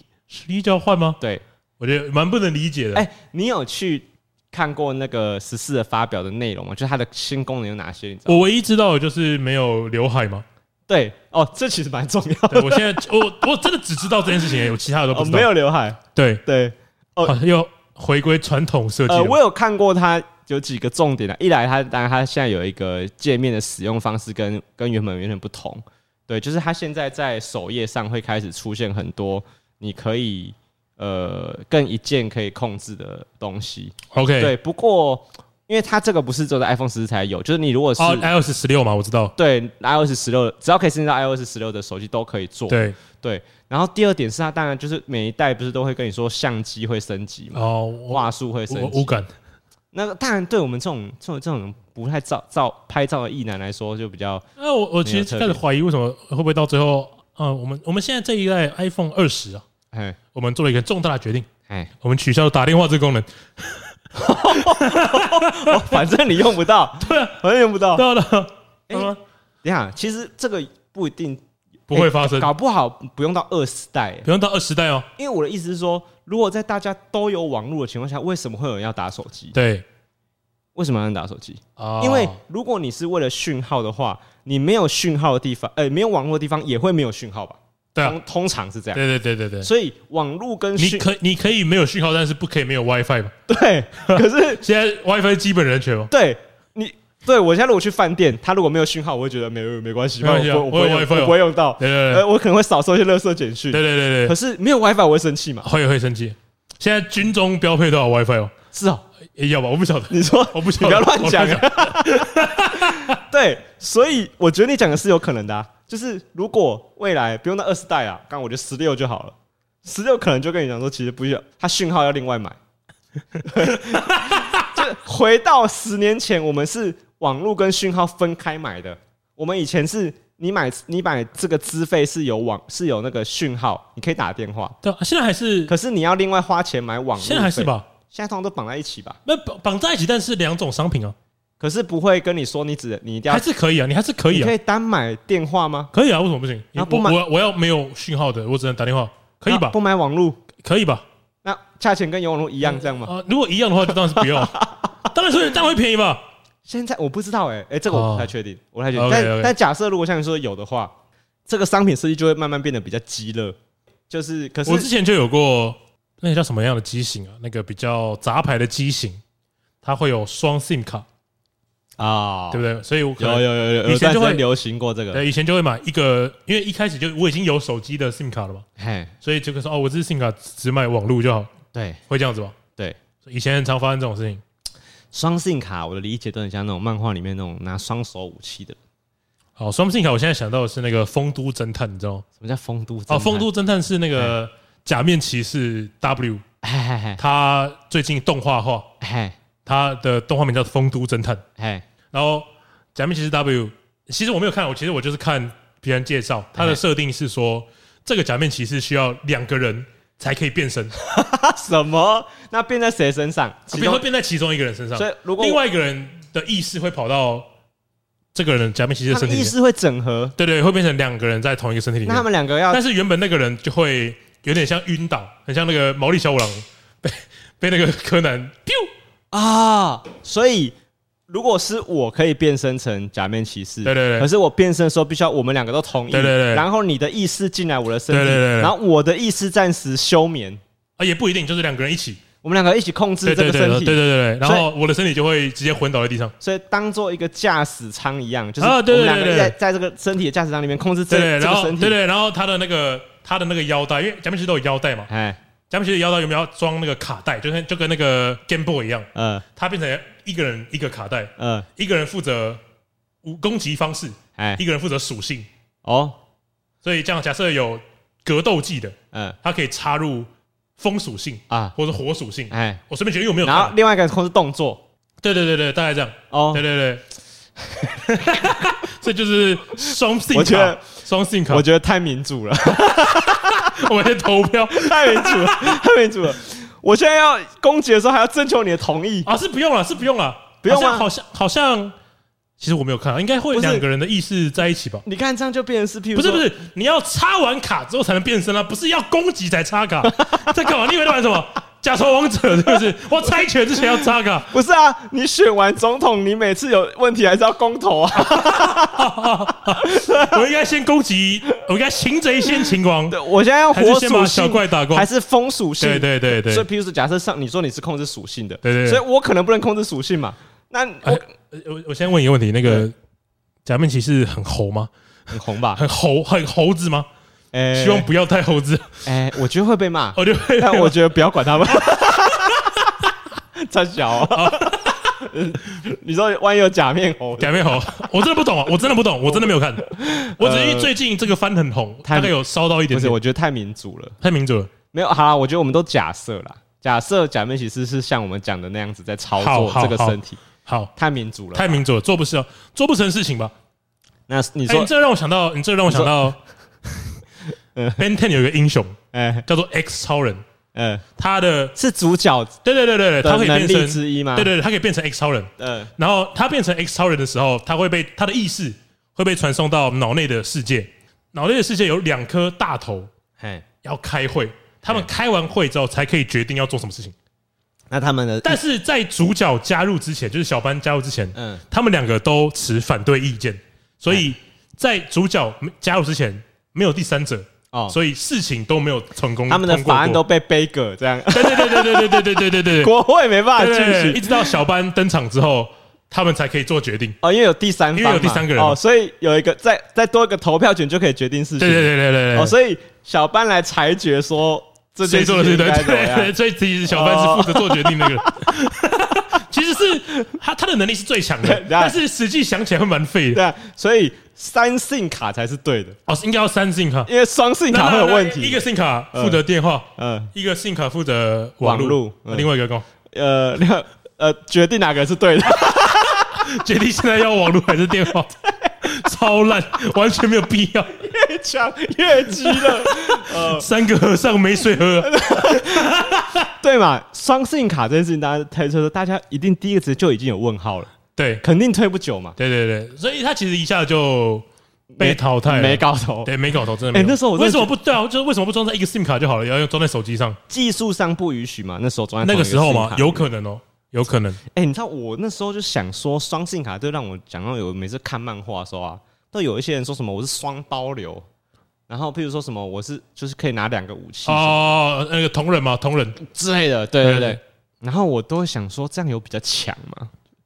11就要换吗？ 对， 我觉得蛮不能理解的。 你有去看过那个14的发表的内容吗？就是它的新功能有哪些？你知道我唯一知道的就是没有刘海吗？ 对这其实蛮重要的。 我现在我真的只知道这件事情，我其他的都不知道。 没有刘海。对又回归传统设计。 我有看过它有几个重点一来当然它现在有一个界面的使用方式跟原本完全不同。对，就是它现在在首页上会开始出现很多你可以更一键可以控制的东西。 OK， 对，不过因为它这个不是只有在 iPhone 14才有，就是你如果是 iOS 16嘛，我知道。 对 ，iOS 16只要可以升级到 iOS 16的手机都可以做。对。然后第二点是它当然就是每一代不是都会跟你说相机会升级嘛，画素会升级。 无感。 那个当然对我们这种不太拍照的艺男来说就比较。 我其实开始怀疑为什么会不会到最后我们现在这一代 iPhone 20我们做了一个重大的决定我们取消打电话这个功能。 反正你用不到。 对啊， 反正用不到。 对。 等一下，其实这个不一定不会发生， 搞不好不用到20代， 不用到20代哦。 因为我的意思是说，如果在大家都有网络的情况下，为什么会有人要打手机？ 对， 为什么要人打手机？因为如果你是为了讯号的话，你没有讯号的地方，没有网络的地方也会没有讯号吧？ 对啊， 通常是这样。 对。 所以网络跟你可以没有讯号，但是不可以没有 WiFi 吧？ 对。可是现在 WiFi 基本人权哦。 对，我现在如果去饭店，他如果没有讯号，我会觉得没关系，我不会用到。我可能会少收一些垃圾简讯。 对。 可是没有 WiFi 我会生气嘛？ 会生气。现在军中标配都有 WiFi 哦。 是哦。 要吧？我不晓得。 你说我不晓得， 你不要乱讲。对，所以我觉得你讲的是有可能的就是如果未来不用到20代刚刚我觉得16就好了，16可能就跟你讲说，其实不需要，它讯号要另外买。就回到10年前，我们是网络跟讯号分开买的。我们以前是你买这个资费是有那个讯号，你可以打电话。 对，现在还是， 可是你要另外花钱买网络。 现在还是吧？ 现在通常都绑在一起吧？ 那绑在一起，但是2种商品啊。 可是不会跟你说你一定要， 还是可以啊，你还是可以啊。 你可以单买电话吗？ 可以啊，为什么不行？我要没有讯号的，我只能打电话，可以吧？ 不买网路可以吧？ 那价钱跟有网路一样这样吗？ 如果一样的话，就当然是不要。当然会便宜吧？ 现在我不知道这个我不太确定，但假设如果像你说有的话，这个商品设计就会慢慢变得比较鸡肋。就是可是我之前就有过那个叫什么样的机型啊？那个比较杂牌的机型，它会有双 SIM 卡。对不对？所以我有以前就会流行过这个。 对，以前就会买一个，因为一开始就我已经有手机的 SIM 卡了嘛，所以就说我这 SIM 卡只买网路就好。 对， 会这样子吧？ 对， 以前很常发生这种事情。 双 SIM 卡，我的理解都很像那种漫画里面那种拿双手武器的。 好，双 SIM 卡，我现在想到的是那个丰都侦探，你知道吗？ 什么叫丰都侦探？ 丰都侦探是那个假面骑士 W， 他最近动画化，他的动画名叫丰都侦探。然后假面骑士 W， 其实我没有看，其实我就是看别人介绍，他的设定是说这个假面骑士需要2个人才可以变身。 什么？那变在谁身上？ 会变在其中一个人身上，所以如果另外一个人的意识会跑到这个人假面骑士的身体里面， 意识会整合， 对，会变成2个人在同一个身体里面。 那他们2个要， 但是原本那个人就会有点像晕倒，很像那个毛利小五郎被那个柯南所以。如果是我可以变身成假面骑士， 对， 可是我变身的时候必须要我们2个都同意， 对， 然后你的意识进来我的身体， 对， 然后我的意识暂时休眠， 也不一定，就是2个人一起， 我们2个一起控制这个身体， 对，然后我的身体就会直接昏倒在地上， 所以当做一个驾驶舱一样，就是我们2个在这个身体的驾驶舱里面控制这个身体， 对，然后他的那个腰带，因为假面骑士都有腰带嘛，假面骑士腰带有没有要装那个卡带，就跟那个 Game Boy 一样，它变成一个人一个卡带，一个人负责攻击方式，一个人负责属性，所以这样假设有格斗技的，它可以插入风属性或者火属性，我随便决定有没有， 然后另外一个人控制动作， 对，大概这样，对，这就是双 SIM 卡，双 SIM 卡， 我觉得太民主了。 我们先投票， 太民主了！我现在要攻击的时候还要征求你的同意是不用了，不用吗？好像，其实我没有看，应该会2个人的意识在一起吧？ 你看这样就变成是，譬如不是，你要插完卡之后才能变身啊，不是要攻击才插卡，在干嘛？你以为在玩什么？假头王者是不是？我猜拳之前要插卡， 不是啊？你选完总统，你每次有问题还是要公投啊？ 我应该先攻击，我应该擒贼先擒王。 对，我现在用火属性， 还是先把小怪打光， 还是风属性？ 对。 所以，譬如说，假设你说你是控制属性的， 对， 所以我可能不能控制属性嘛？那我先问一个问题，那个假面骑士很猴吗？ 很红吧？ 很猴子吗？希望不要太猴子。 我觉得会被骂， 但我觉得不要管他们。太小你说万一有假面猴， 我真的不懂啊，我真的没有看，我只是最近这个番很红，大概有烧到一点。 不是，我觉得太民主了，没有好啦，我觉得我们都假设啦，假设假面骑士是像我们讲的那样子在操作这个身体， 好， 太民主了， 做不成事情吧？ 那你说， 你这让我想到Ben 10有一个英雄，叫做 X 超人。他的是主角， 对，他可以变成之一吗？ 对，他可以变成 X 超人。然后他变成 X 超人的时候，他的意识会被传送到脑内的世界。脑内的世界有2颗大头，要开会。他们开完会之后，才可以决定要做什么事情。 那他们的， 但是在主角加入之前，就是小班加入之前，他们2个都持反对意见，所以在主角加入之前，没有第三者。所以事情都没有成功， 他们的法案都被背革这样。 对， 国会没办法进行， 一直到小班登场之后，他们才可以做决定。 因为有第三方， 因为有第3个人， 所以有一个再多一个投票权就可以决定事情。 对， 所以小班来裁决说这件事情应该怎么样。 对，所以其实小班是负责做决定那个人。其实是他的能力是最强的，但是实际想起来会蛮废的。 对，所以3 SIM 卡才是对的。 应该要3 SIM 卡， 因为双 SIM 卡会有问题。 一个 SIM 卡负责电话，一个 SIM 卡负责网路，另外一个公决定哪个是对的， 决定现在要网路还是电话。 超烂，完全没有必要。 越讲越急了。 3个和尚没水喝， 对嘛？双 SIM 卡这件事情，大家推测说，大家一定第一个词就已经有问号了。 对， 肯定推不久嘛。 对，所以他其实一下就被淘汰了， 没搞头。 对，没搞头，真的没有。 那时候我为什么不对啊？就是为什么不装在一个 SIM 卡就好了？要用装在手机上？ 技术上不允许嘛？那时候装在那个时候嘛，有可能哦，有可能。 你知道我那时候就想说，双 SIM 卡就让我讲到每次看漫画的时候啊，都有一些人说什么我是双刀流。然后，譬如说什么，我就是可以拿2个武器那个同人嘛，同人之类的，对。然后我都会想说，这样有比较强吗？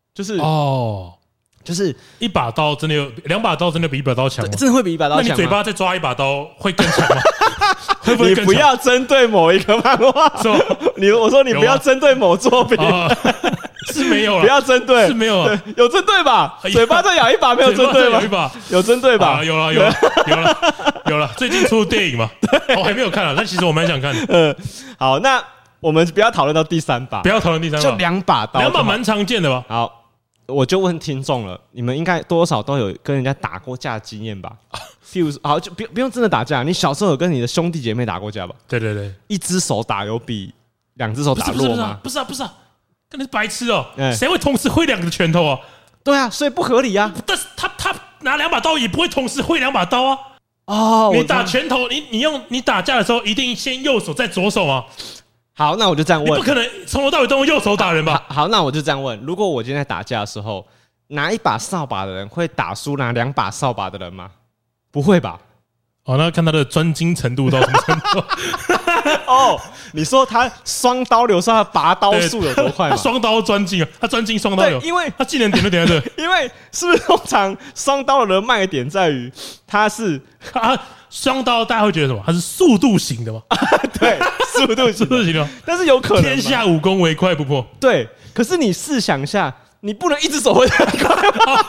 就是一把刀真的有2把刀真的比1把刀强吗？ 真的会比1把刀强吗？ 那你嘴巴再抓1把刀会更强吗？会不会更强？ 你不要针对某一个漫画，我说你不要针对某作品， 是没有了， 不要针对， 是没有了， 有针对吧？嘴巴再咬1把没有针对吧？有针对吧？ 有了，最近出电影嘛，我还没有看啊，但其实我蛮想看的。好，那我们不要讨论到第3把， 不要讨论第3把， 就2把刀，2 把蛮常见的吧？ 好。我就问听众了，你们应该多少都有跟人家打过架的经验吧？譬如说，好，就不用真的打架，你小时候有跟你的兄弟姐妹打过架吧？ 对， 一只手打有比2只手打弱吗？ 不是啊，跟你是白痴哦！谁会同时挥2个拳头啊？ 对啊，所以不合理啊。 但是他拿2把刀也不会同时挥2把刀啊。你打拳头，你打架的时候一定先右手再左手吗？ 好，那我就这样问， 你不可能从头到尾都用右手打人吧？ 好，那我就这样问：如果我今天在打架的时候，拿1把扫把的人会打输拿2把扫把的人吗？不会吧？ 那看他的专精程度到什么程度？ 你说他双刀流，说他拔刀速有多快吗？ 他双刀专精啊，他专精双刀流， 因为他技能点就点在这。 因为是不是通常双刀的人卖点在于他是双刀，大家会觉得什么？它是速度型的吗？ 对，速度型的。但是有可能天下武功唯快不破。 对，可是你试想一下，你不能一只手挥得很快吧？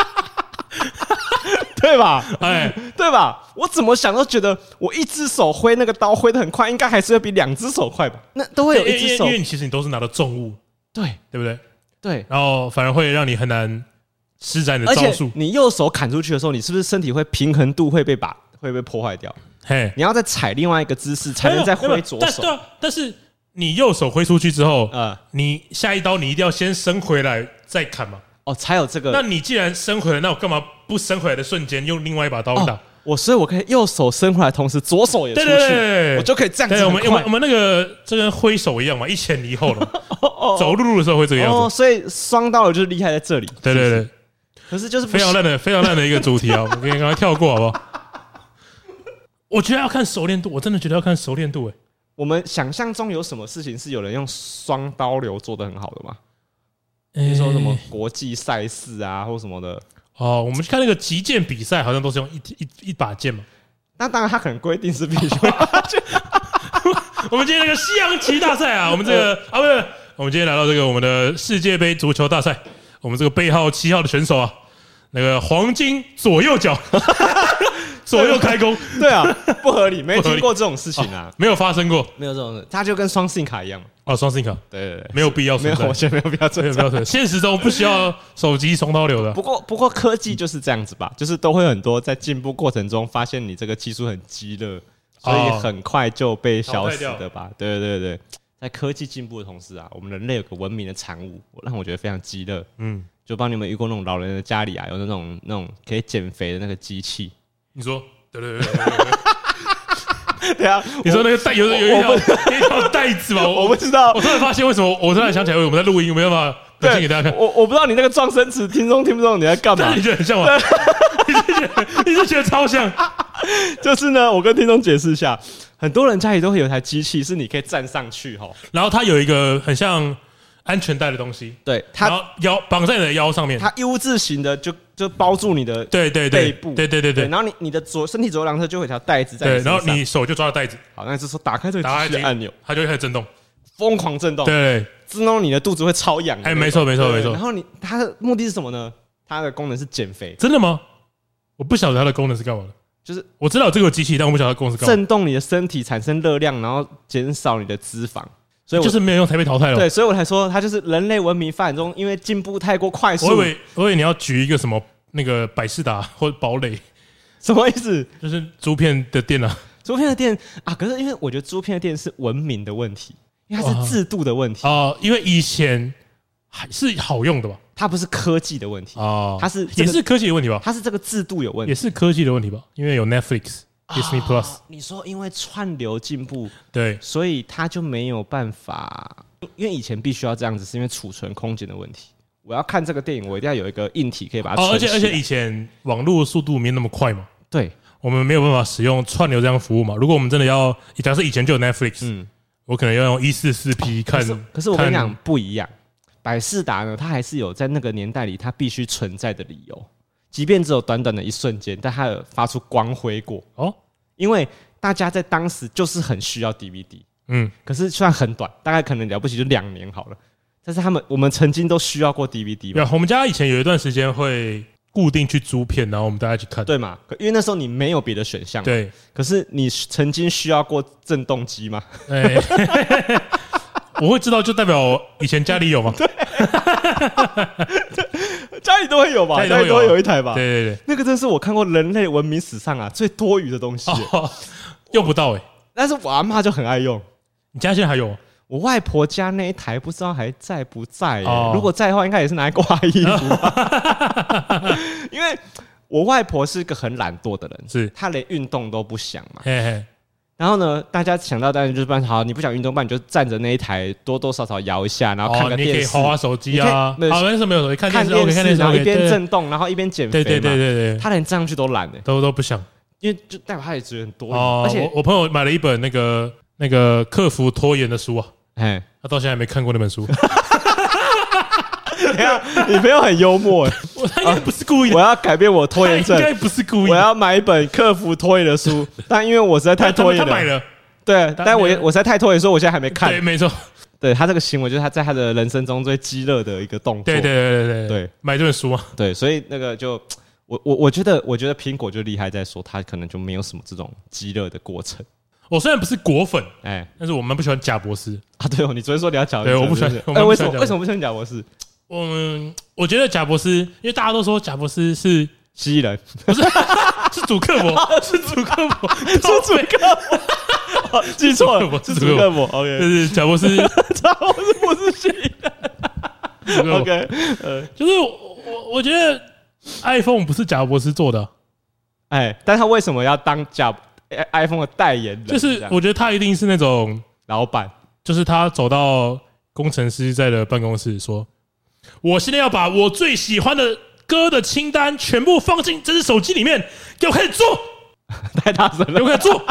对吧？对吧？我怎么想都觉得，我一只手挥那个刀挥得很快，应该还是会比2只手快吧？那都会有一只手， 因为其实你都是拿到重物， 对不对？ 对， 然后反而会让你很难施展你的招数。 你右手砍出去的时候，你是不是身体会平衡度会被破坏掉？你要再踩另外一个姿势，才能再挥左手。 但是你右手挥出去之后，你下一刀你一定要先伸回来再砍嘛。 才有这个。 那你既然伸回来，那我干嘛不伸回来的瞬间用另外1把刀打？ 所以我可以右手伸回来，同时左手也出去，我就可以这样子很快。 我们那个这跟挥手一样嘛，一前一后的，走路的时候会这个样子。 所以双刀流就是厉害在这里。 对。 可是就是非常烂的一个主题啊，我们赶快跳过好不好？我觉得要看熟练度，我真的觉得要看熟练度。 我们想象中有什么事情是有人用双刀流做得很好的吗？你说什么国际赛事啊，或什么的？ 我们去看那个击剑比赛，好像都是用一把剑嘛。 那当然，他可能规定是必须。 我们今天那个西洋棋大赛啊，我们这个不是，我们今天来到这个我们的世界杯足球大赛，我们这个背号7号的选手啊，那个黄金左右脚。左右开弓， 对啊，不合理，没听过这种事情啊， 没有发生过， 没有这种事，它就跟双 SIM 卡一样双 SIM 卡， 对， 没有必要存在， 我觉得没有必要存在， 现实中不需要手机双刀流的。 不过科技就是这样子吧，就是都会很多在进步过程中发现你这个技术很鸡肋，所以很快就被消失的吧？对，在科技进步的同时啊，我们人类有个文明的产物，让我觉得非常鸡肋。就帮你们遇过那种老人的家里啊，有那种可以减肥的那个机器。 你说，对， 对啊， 你说那个带有一条带子吗？ 我不知道。 我突然发现为什么，我突然想起来，我们在录音，没办法表现给大家看。 我不知道你那个撞声词，听众听不懂你在干嘛？ 你觉得很像吗？你是觉得超像？ 就是呢，我跟听众解释一下，很多人家里都会有一台机器，是你可以站上去然后它有一个很像安全带的东西， 对， 然后绑在你的腰上面， 它 U 字形的就包住你的背部， 对， 然后你的身体左右两侧就会有一条带子在你身上， 然后你手就抓着带子， 好，那就是说打开这个机器的按钮， 它就会开始震动， 疯狂震动， 对， 震动你的肚子会超痒， 没错。 然后它的目的是什么呢？它的功能是减肥， 真的吗？我不晓得它的功能是干嘛的。就是我知道有这个机器，但我不晓得它功能是干嘛。 震动你的身体，产生热量，然后减少你的脂肪。所以就是没有用才被淘汰了。 对，所以我才说它就是人类文明发展中，因为进步太过快速。 我以为你要举一个什么那个百视达或堡垒， 什么意思？ 就是租片的店啊。 租片的店啊，可是因为我觉得租片的店是文明的问题，因为它是制度的问题因为以前还是好用的吧， 它不是科技的问题它是也是科技的问题吧， 它是这个制度有问题， 也是科技的问题吧，因为有 Netflix、Disney Plus。 你说因为串流进步， 对， 所以它就没有办法，因为以前必须要这样子，是因为储存空间的问题。我要看这个电影，我一定要有一个硬体可以把它存起来。 而且以前网络速度没那么快嘛， 对。 我们没有办法使用串流这样服务嘛？如果我们真的要，假设以前就有 Netflix，我可能要用144P 看。 可是我跟你讲不一样，百视达呢，它还是有在那个年代里它必须存在的理由，即便只有短短的一瞬间，但它有发出光辉过因为大家在当时就是很需要 DVD，可是虽然很短，大概可能了不起就2年好了，但是我们曾经都需要过 DVD 吧？ 我们家以前有一段时间会固定去租片，然后我们大家一起看， 对嘛？因为那时候你没有别的选项， 对。 可是你曾经需要过震动机吗？ 我会知道，就代表以前家里有吗？ 对，家里都会有吧？家里都会有一台吧？ 对， 那个真是我看过人类文明史上最多余的东西， 用不到但是我阿嬷就很爱用。 你家现在还有？ 我外婆家那一台不知道还在不在如果在的话，应该也是拿来挂衣服吧。因为我外婆是个很懒惰的人， 是她连运动都不想嘛。然后呢，大家想到当然就是好，你不想运动，不然你就站着那一台多多少少摇一下，然后看个电视， 你可以滑手机啊。那时候没有手机，看电视， 然后一边震动，然后一边减肥嘛。 对， 她连站上去都懒都不想， 因为就代表她也觉得很多而且我朋友买了一本那个克服拖延的书啊。他到现在还没看过那本书。 你朋友很幽默他应该不是故意的。 我要改变我拖延症， 应该不是故意的。 我要买一本克服拖延的书，但因为我实在太拖延了， 他买了。 对，但我实在太拖延，所以我现在还没看。 对，没错。 对他这个行为，就是他在他的人生中最激烈的一个动作。 对，买这本书啊。 对，所以那个就我觉得苹果就厉害在说，他可能就没有什么这种激烈的过程。 我虽然不是果粉，但是我蛮不喜欢贾博士啊。对哦，你昨天说你要讲， 对，我不喜欢。 为什么不喜欢贾博士？ 我觉得贾博士，因为大家都说贾博士是蜥蜴人， 不是是主克伯，是主克伯， 记错了，是主克伯。OK， 就是贾博士， 贾博士不是蜥蜴人。OK， 就是我觉得 iPhone 不是贾博士做的， 但他为什么要当iPhone 的代言人？ 就是我觉得他一定是那种老板， 就是他走到工程师在的办公室说：“我现在要把我最喜欢的歌的清单全部放进这只手机里面，给我开始做。” 太大声了， 给我开始做。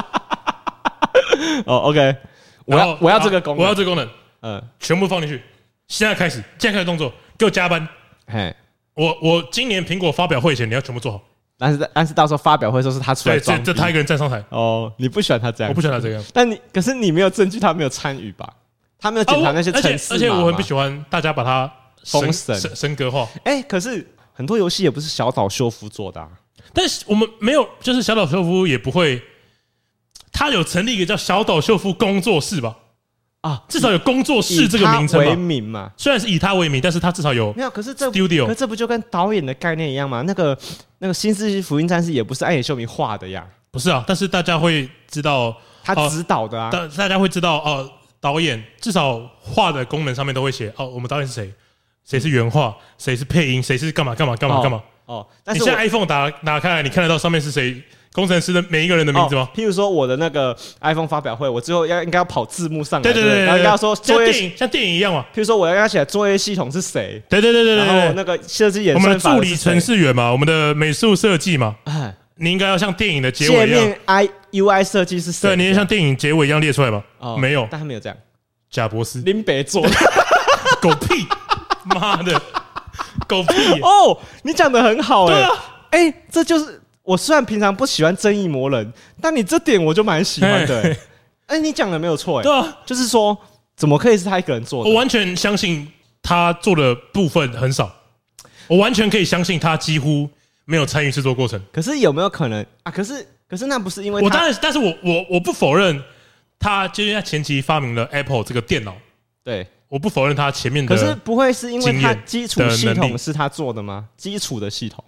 OK， 我要这个功能， 我要这个功能，全部放进去。现在开始动作，给我加班。我今年苹果发表会前你要全部做好。 但是到时候发表会的时候是他出来装逼， 这他一个人站上台。 你不喜欢他这样？ 我不喜欢他这样。 可是你没有证据，他没有参与吧？他没有检查那些程式， 而且我很不喜欢大家把它封神格化。 可是很多游戏也不是小岛秀夫做的但是我们没有，就是小岛秀夫也不会，他有成立一个叫小岛秀夫工作室吧？至少有工作室这个名称为名嘛。 虽然是以他为名，但是他至少有没有。可是这 studio， 可是这不就跟导演的概念一样吗？那个新世纪福音战士也不是安野秀明画的呀。 不是啊，但是大家会知道他指导的啊。 大家会知道导演至少画的功能上面都会写我们导演是谁，谁是原画，谁是配音，谁是干嘛。但是你现在 iPhone 打开来，你看得到上面是谁？工程师的每一个人的名字吗？ 譬如说我的那个 iPhone 发表会，我最后应该要跑字幕上来， 对， 然后应该要说像电影一样嘛。 譬如说我要跟他写作业系统是谁， 对， 然后那个设计演我们的算法助理程式员嘛，我们的美术设计嘛，你应该要像电影的结尾一样， 界面 UI 设计是谁？ 对，你要像电影结尾一样列出来嘛？没有， 但他没有这样。 贾博士林北做狗屁，妈的，狗屁！ 你讲的很好对啊， 这就是。我虽然平常不喜欢正义魔人，但你这点我就蛮喜欢的。你讲的没有错， 对啊， 就是说怎么可以是他一个人做的？ 我完全相信他做的部分很少，我完全可以相信他几乎没有参与制作过程。 可是有没有可能可是那不是因为我当然，但是我不否认他就是他前期发明了 Apple 这个电脑， 对， 我不否认他前面的， 可是不会是因为他基础系统是他做的吗？基础的系统。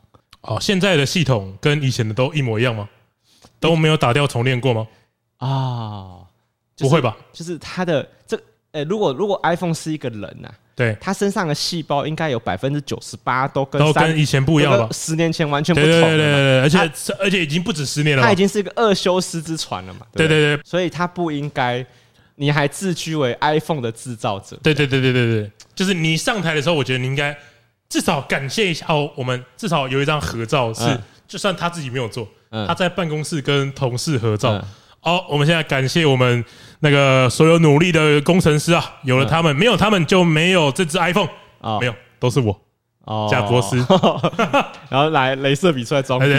哦，现在的系统跟以前的都一模一样吗？都没有打掉重练过吗？ 不会吧？ 就是它的如果 iPhone 是一个人啊， 对， 他身上的细胞应该有98%都跟以前不一样了吧 ？10年前完全不同了。 对，而且已经不止10年了， 他已经是一个2修斯之船了嘛？ 对， 所以他不应该，你还自居为 iPhone 的制造者。 对，就是你上台的时候，我觉得你应该至少感谢一下我们至少有一张合照是，就算他自己没有做，他在办公室跟同事合照。我们现在感谢我们那个所有努力的工程师啊，有了他们，没有他们就没有这只 iPhone，没有，都是我，贾伯斯， 然后来雷射笔出来装逼，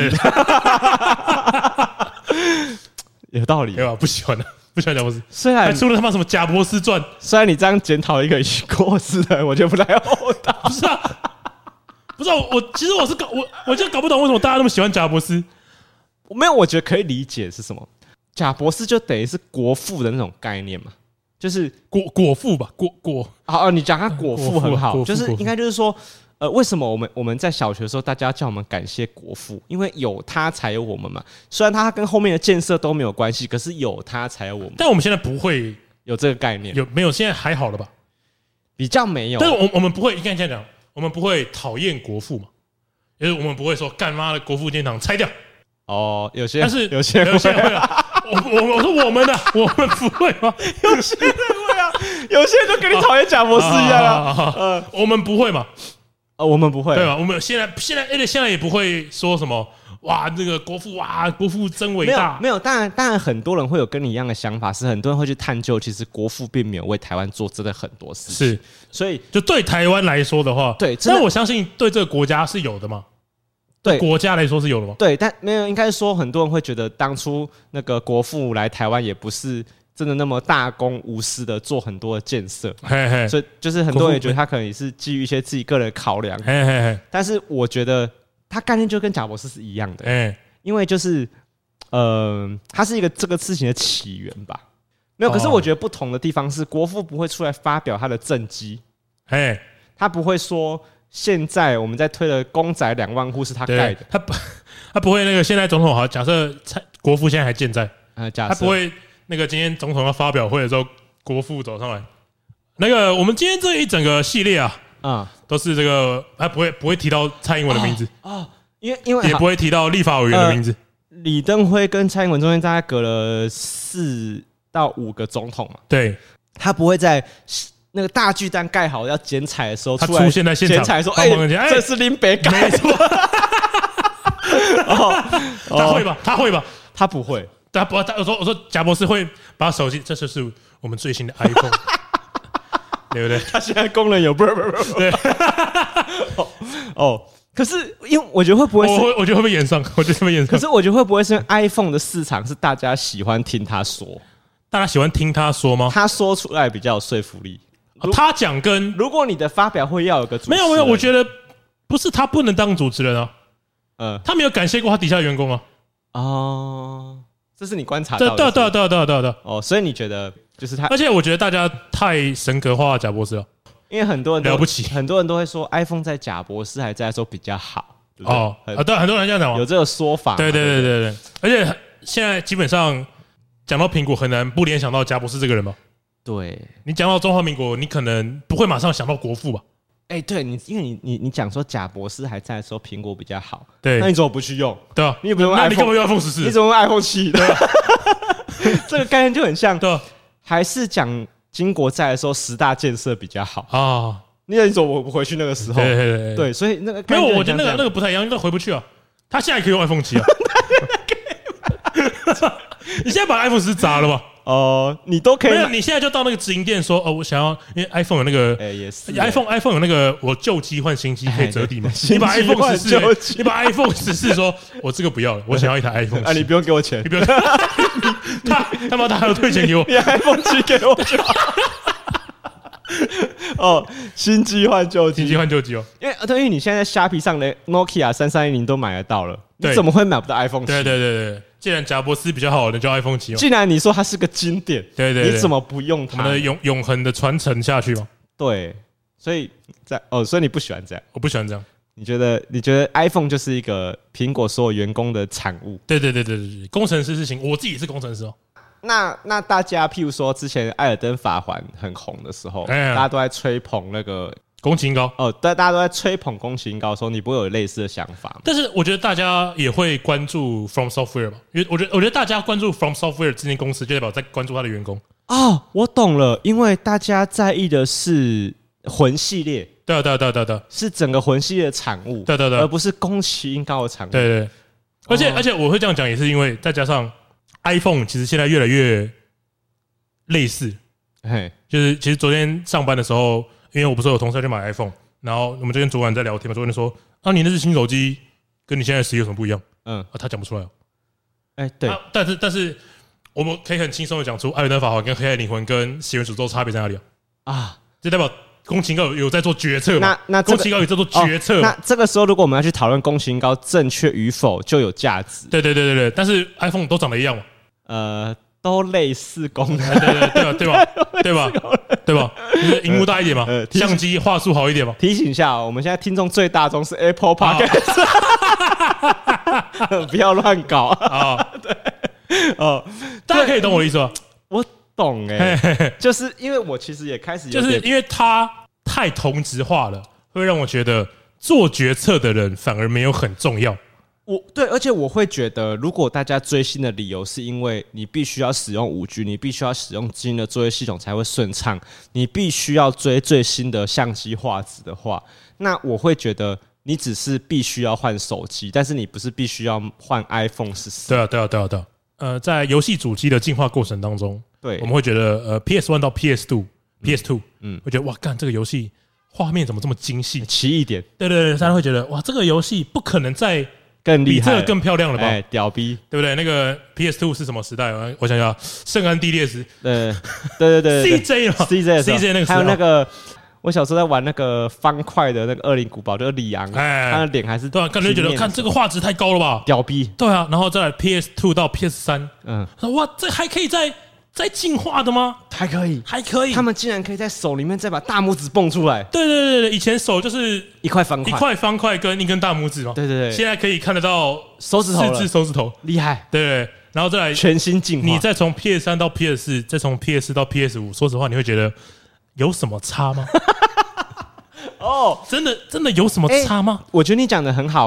有道理， 对吧？不喜欢贾伯斯， 虽然还出了他妈什么贾伯斯传， 虽然你这样检讨一个已经过世的人，我觉得不太厚道。 不是啊，其实我就搞不懂为什么大家那么喜欢贾伯斯。 没有，我觉得可以理解是什么。贾伯斯就等于是国父的那种概念嘛，就是果腹吧， 你讲他果腹很好，就是应该就是说，为什么我们在小学的时候，大家叫我们感谢国父，因为有他才有我们嘛。虽然他跟后面的建设都没有关系，可是有他才有我们。 但我们现在不会有这个概念， 有没有？现在还好了吧？ 比较没有。 但是我们不会，应该这样讲，我们不会讨厌国父嘛，就是我们不会说干妈的国父殿堂拆掉。 有些有些人会啊。我说我们的，我们不会吗？ 有些人会啊，有些人就跟你讨厌贾伯斯一样啊。 我们不会嘛？ 我们不会， 对吧？我们现在也不会说什么哇，这个国父真伟大。 没有，当然很多人会有跟你一样的想法，是很多人会去探究，其实国父并没有为台湾做真的很多事情。 是， 所以就对台湾来说的话， 对， 但我相信对这个国家是有的嘛。对国家来说是有的吗？ 对，但没有，应该说很多人会觉得当初那个国父来台湾也不是真的那么大公无私的做很多的建设，所以就是很多人也觉得他可能也是基于一些自己个人的考量。但是我觉得他概念就跟贾伯斯是一样的，因为就是他是一个这个事情的起源吧。没有，可是我觉得不同的地方是，国父不会出来发表他的政绩，他不会说。现在我们在推的公宅2万户是他盖的， 他不会那个现在总统好，假设国父现在还健在，他不会那个今天总统要发表会的时候，国父走上来。那个我们今天这一整个系列都是这个，他不会提到蔡英文的名字因为也不会提到立法委员的名字。 李登辉跟蔡英文中间大概隔了4到5个总统嘛，对，他不会在。那个大巨蛋盖好要剪彩的时候， 他出现在现场， 剪彩说：“这是林北盖的。” 他会吧？他会吧？ 他不会。 我说贾伯斯会把手机，这就是我们最新的 iPhone， 对不对？ 他现在功能有不对。可是因为我觉得会不会？ 我觉得会不会演上？我觉得会演上。 可是我觉得会不会是 iPhone 的市场是大家喜欢听他说？ 大家喜欢听他说吗？ 他说出来比较有说服力。 他讲跟如果你的发表会要有个主持人， 没有，我觉得不是他不能当主持人啊，他没有感谢过他底下员工啊。 这是你观察到的。 对。 所以你觉得就是他？ 而且我觉得大家太神格化贾伯斯了， 因为很多人了不起， 很多人都会说 iPhone 在贾伯斯还在的时候比较好。 对，很多人这样讲， 有这个说法。 对，而且现在基本上讲到苹果，很难不联想到贾伯斯这个人吧。 对， 你讲到中华民国，你可能不会马上想到国父吧？ 对你，因为你讲说贾伯斯还在的时候，苹果比较好， 对， 那你怎么不去用？ 对啊， 你也不用 iPhone， 你干嘛用 iPhone 14？ 你怎么用 iPhone 7？对，这个概念就很像， 对， 还是讲金国在的时候10大建设比较好啊？你怎么不回去那个时候？对，所以那个没有，我觉得那个不太一样，那回不去啊。他现在可以用 iPhone 7啊。你现在把 iPhone 10砸了吧？ 你都可以。 没有，你现在就到那个直营店说，我想要，因为 iPhone 有那个， 也是 iPhone 有那个，我旧机换新机可以折抵嘛？你把 iPhone 14，你把 iPhone 14说，我这个不要了，我想要一台 iPhone 7。 你不用给我钱， 你不用，他还要退钱给我， 你 iPhone 7给我就好。新机换旧机， 因为你现在在虾皮上的 Nokia 3310都买得到了，你怎么会买不到 iPhone 7？ 对。既然贾伯斯比较好，那就 iPhone 7。 既然你说它是个经典， 对， 你怎么不用它？ 我们的永恒的传承下去嘛。 对，所以所以你不喜欢这样？ 我不喜欢这样。 你觉得 iPhone 就是一个苹果所有员工的产物？ 对，工程师是行，我自己也是工程师哦。 那大家譬如说之前艾尔登法环很红的时候，大家都在吹捧那个宫崎英高大家都在吹捧宫崎英高的时候，你不会有类似的想法吗？ 但是我觉得大家也会关注 From Software 吧，因为我觉得大家关注 From Software 这间公司，就代表在关注他的员工。 哦，我懂了，因为大家在意的是魂系列， 对， 是整个魂系列的产物， 对， 而不是宫崎英高的产物。 对，而且我会这样讲，也是因为再加上 iPhone 其实现在越来越类似，就是其实昨天上班的时候，因为我不是有同事要去买 iPhone， 然后我们就跟主管在聊天嘛，主管就说啊，你那是新手机，跟你现在的10有什么不一样？他讲不出来哦。 对， 但是我们可以很轻松的讲出《艾尔登法环》跟《黑暗灵魂》跟《血源诅咒》差别在哪里啊？就代表宫崎英高有在做决策嘛？那宫崎英高有在做决策。 那这个时候，如果我们要去讨论宫崎英高正确与否，就有价值。 对，但是 iPhone 都长得一样嘛？ 都类似功能， 对吧？就是萤幕大一点嘛，相机画素好一点嘛。 提醒一下，我们现在听众最大宗是 Apple Podcast，不要乱搞啊！对， 大家可以懂我的意思吧？ 我懂就是因为我其实也开始就是因为它太同质化了，会让我觉得做决策的人反而没有很重要。 对，而且我会觉得，如果大家追星的理由是因为你必须要使用5G，你必须要使用基因的作业系统才会顺畅，你必须要追最新的相机画质的话，那我会觉得你只是必须要换手机，但是你不是必须要换 iPhone 14。 对啊。在游戏主机的进化过程当中，对，我们会觉得PS1 到 PS2，会觉得哇，干这个游戏画面怎么这么精细， 奇异点。 对，大家会觉得哇，这个游戏不可能再更厉害， 比这个更漂亮了吧？ 屌逼， 对不对？那个 PS2 是什么时代？我想想，圣安地列斯， 对 ，CJ 嘛，CJ 那个， 还有那个，我小时候在玩那个方块的那个恶灵古堡，就是里昂，他的脸还是对啊，感觉觉得看这个画质太高了吧？ 屌逼， 对啊，然后再来 PS2 到 PS3，哇，这还可以再进化的吗？ 还可以，他们竟然可以在手里面再把大拇指蹦出来。 对，以前手就是一块方块跟一根大拇指嘛。 对，现在可以看得到手指头了，4 只手指头， 厉害。 对，然后再来全新进化。 你再从 PS3 到 PS4，再从 PS4 到 PS5，说实话，你会觉得有什么差吗？真的有什么差吗？ 我觉得你讲的很好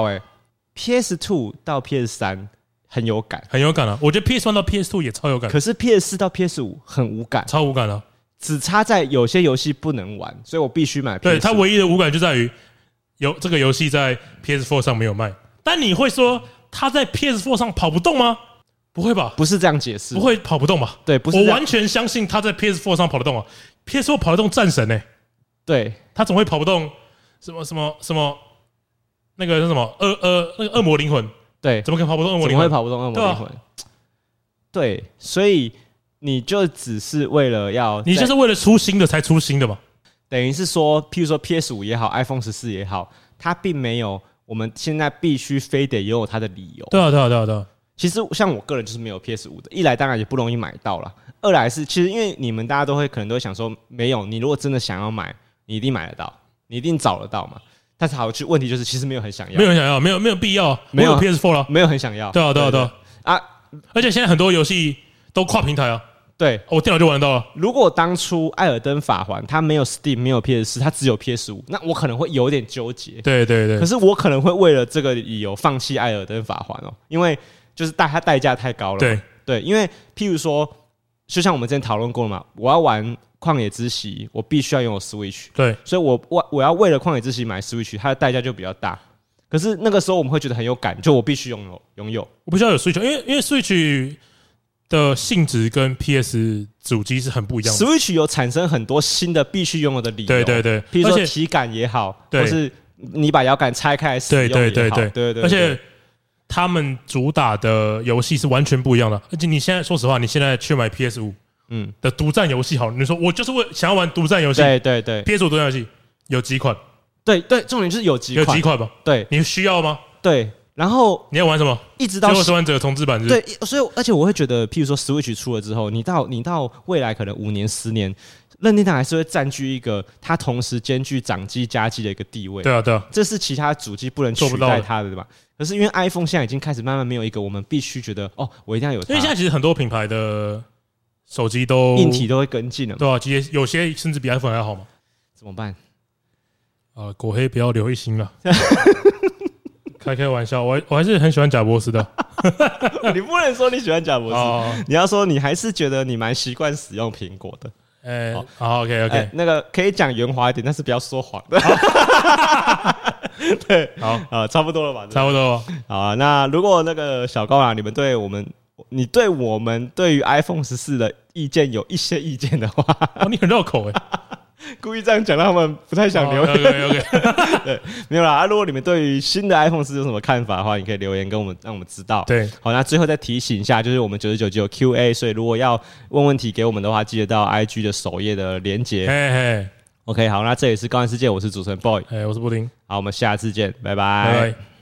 PS2 到 PS3。很有感啊！我觉得 PS1 到 PS2 也超有感， 可是 PS4 到 PS5 很无感， 超无感啊！ 只差在有些游戏不能玩，所以我必须买 PS4。 对，它唯一的无感就在于这个游戏在 PS4 上没有卖。但你会说它在 PS4 上跑不动吗？不会吧？ 不是这样解释， 不会跑不动吧？ 对，不是。 我完全相信它在 PS4 上跑得动啊 ！PS4 跑得动战神对， 它总会跑不动什么那个是什么那个恶魔灵魂。 对， 怎么可能跑不动恶魔灵魂？ 怎么会跑不动恶魔灵魂？对，所以你就只是为了你就是为了出新的才出新的嘛？ 等于是说，譬如说 PS5 也好 ，iPhone 14也好，它并没有我们现在必须非得拥有它的理由。 对啊。 其实像我个人就是没有 PS5 的，一来当然也不容易买到啦，二来是其实因为你们大家可能都会想说，没有，你如果真的想要买，你一定买得到，你一定找得到嘛。但是问题就是，其实没有很想要， 没有必要，没有 PS4 了， 没有很想要。 对啊！而且现在很多游戏都跨平台啊。 对， 我电脑就玩到了。 如果当初《艾尔登法环》它没有 Steam， 没有 PS4， 它只有 PS5， 那我可能会有点纠结。 对。 可是我可能会为了这个理由放弃《艾尔登法环》因为就是它代价太高了。对，因为譬如说，就像我们之前讨论过了嘛，我要玩旷野之息，我必须要拥有 Switch， 对， 所以我要为了旷野之息买 Switch， 它的代价就比较大。可是那个时候我们会觉得很有感，就我必须拥有， 我必须要有 Switch， 因为 Switch 的性质跟 PS 主机是很不一样的。 Switch 有产生很多新的必须拥有的理由， 对， 比如说体感也好，或是你把摇杆拆开来使用也好，对， 而且他们主打的游戏是完全不一样的。而且你现在说实话，你现在去买 PS5。的独占游戏好，你说我就是想要玩独占游戏， 对 ，PS5 独占游戏有几款？ 对，重点就是有几款吧？对，你需要吗？ 对，然后你要玩什么？ 一直到 《生还者重置版》 对，所以而且我会觉得，譬如说 Switch 出了之后，你到未来可能5年10年任天堂还是会占据一个它同时兼具掌机家机的一个地位。 对啊，对啊， 这是其他主机不能取代它的，对吧？可是因为 iPhone 现在已经开始慢慢没有一个我们必须觉得我一定要有它， 因为现在其实很多品牌的手机都硬体都会跟进了， 对啊，其实有些甚至比 iPhone 还好嘛。 怎么办？ 果黑不要留一星了。开玩笑，我还是很喜欢贾伯斯的。 你不能说你喜欢贾伯斯，你要说你还是觉得你蛮习惯使用苹果的。 好 ，OK， 那个可以讲圆滑一点，但是不要说谎的。对，好差不多了吧？ 差不多。 好啊，那如果那个小高啊，你对我们对于 iPhone 14的意见有一些意见的话， 你很绕口故意这样讲，让他们不太想留言。 OK， 对，没有啦。如果你们对于新的 iPhone 14有什么看法的话，你可以留言跟让我们知道。 对， 好，那最后再提醒一下，就是我们99集有 QA， 所以如果要问题给我们的话，记得到 IG 的首页的连结。OK， 好，那这里是高玩世界，我是主持人 Boy， 我是布丁， 好，我们下次见，拜拜。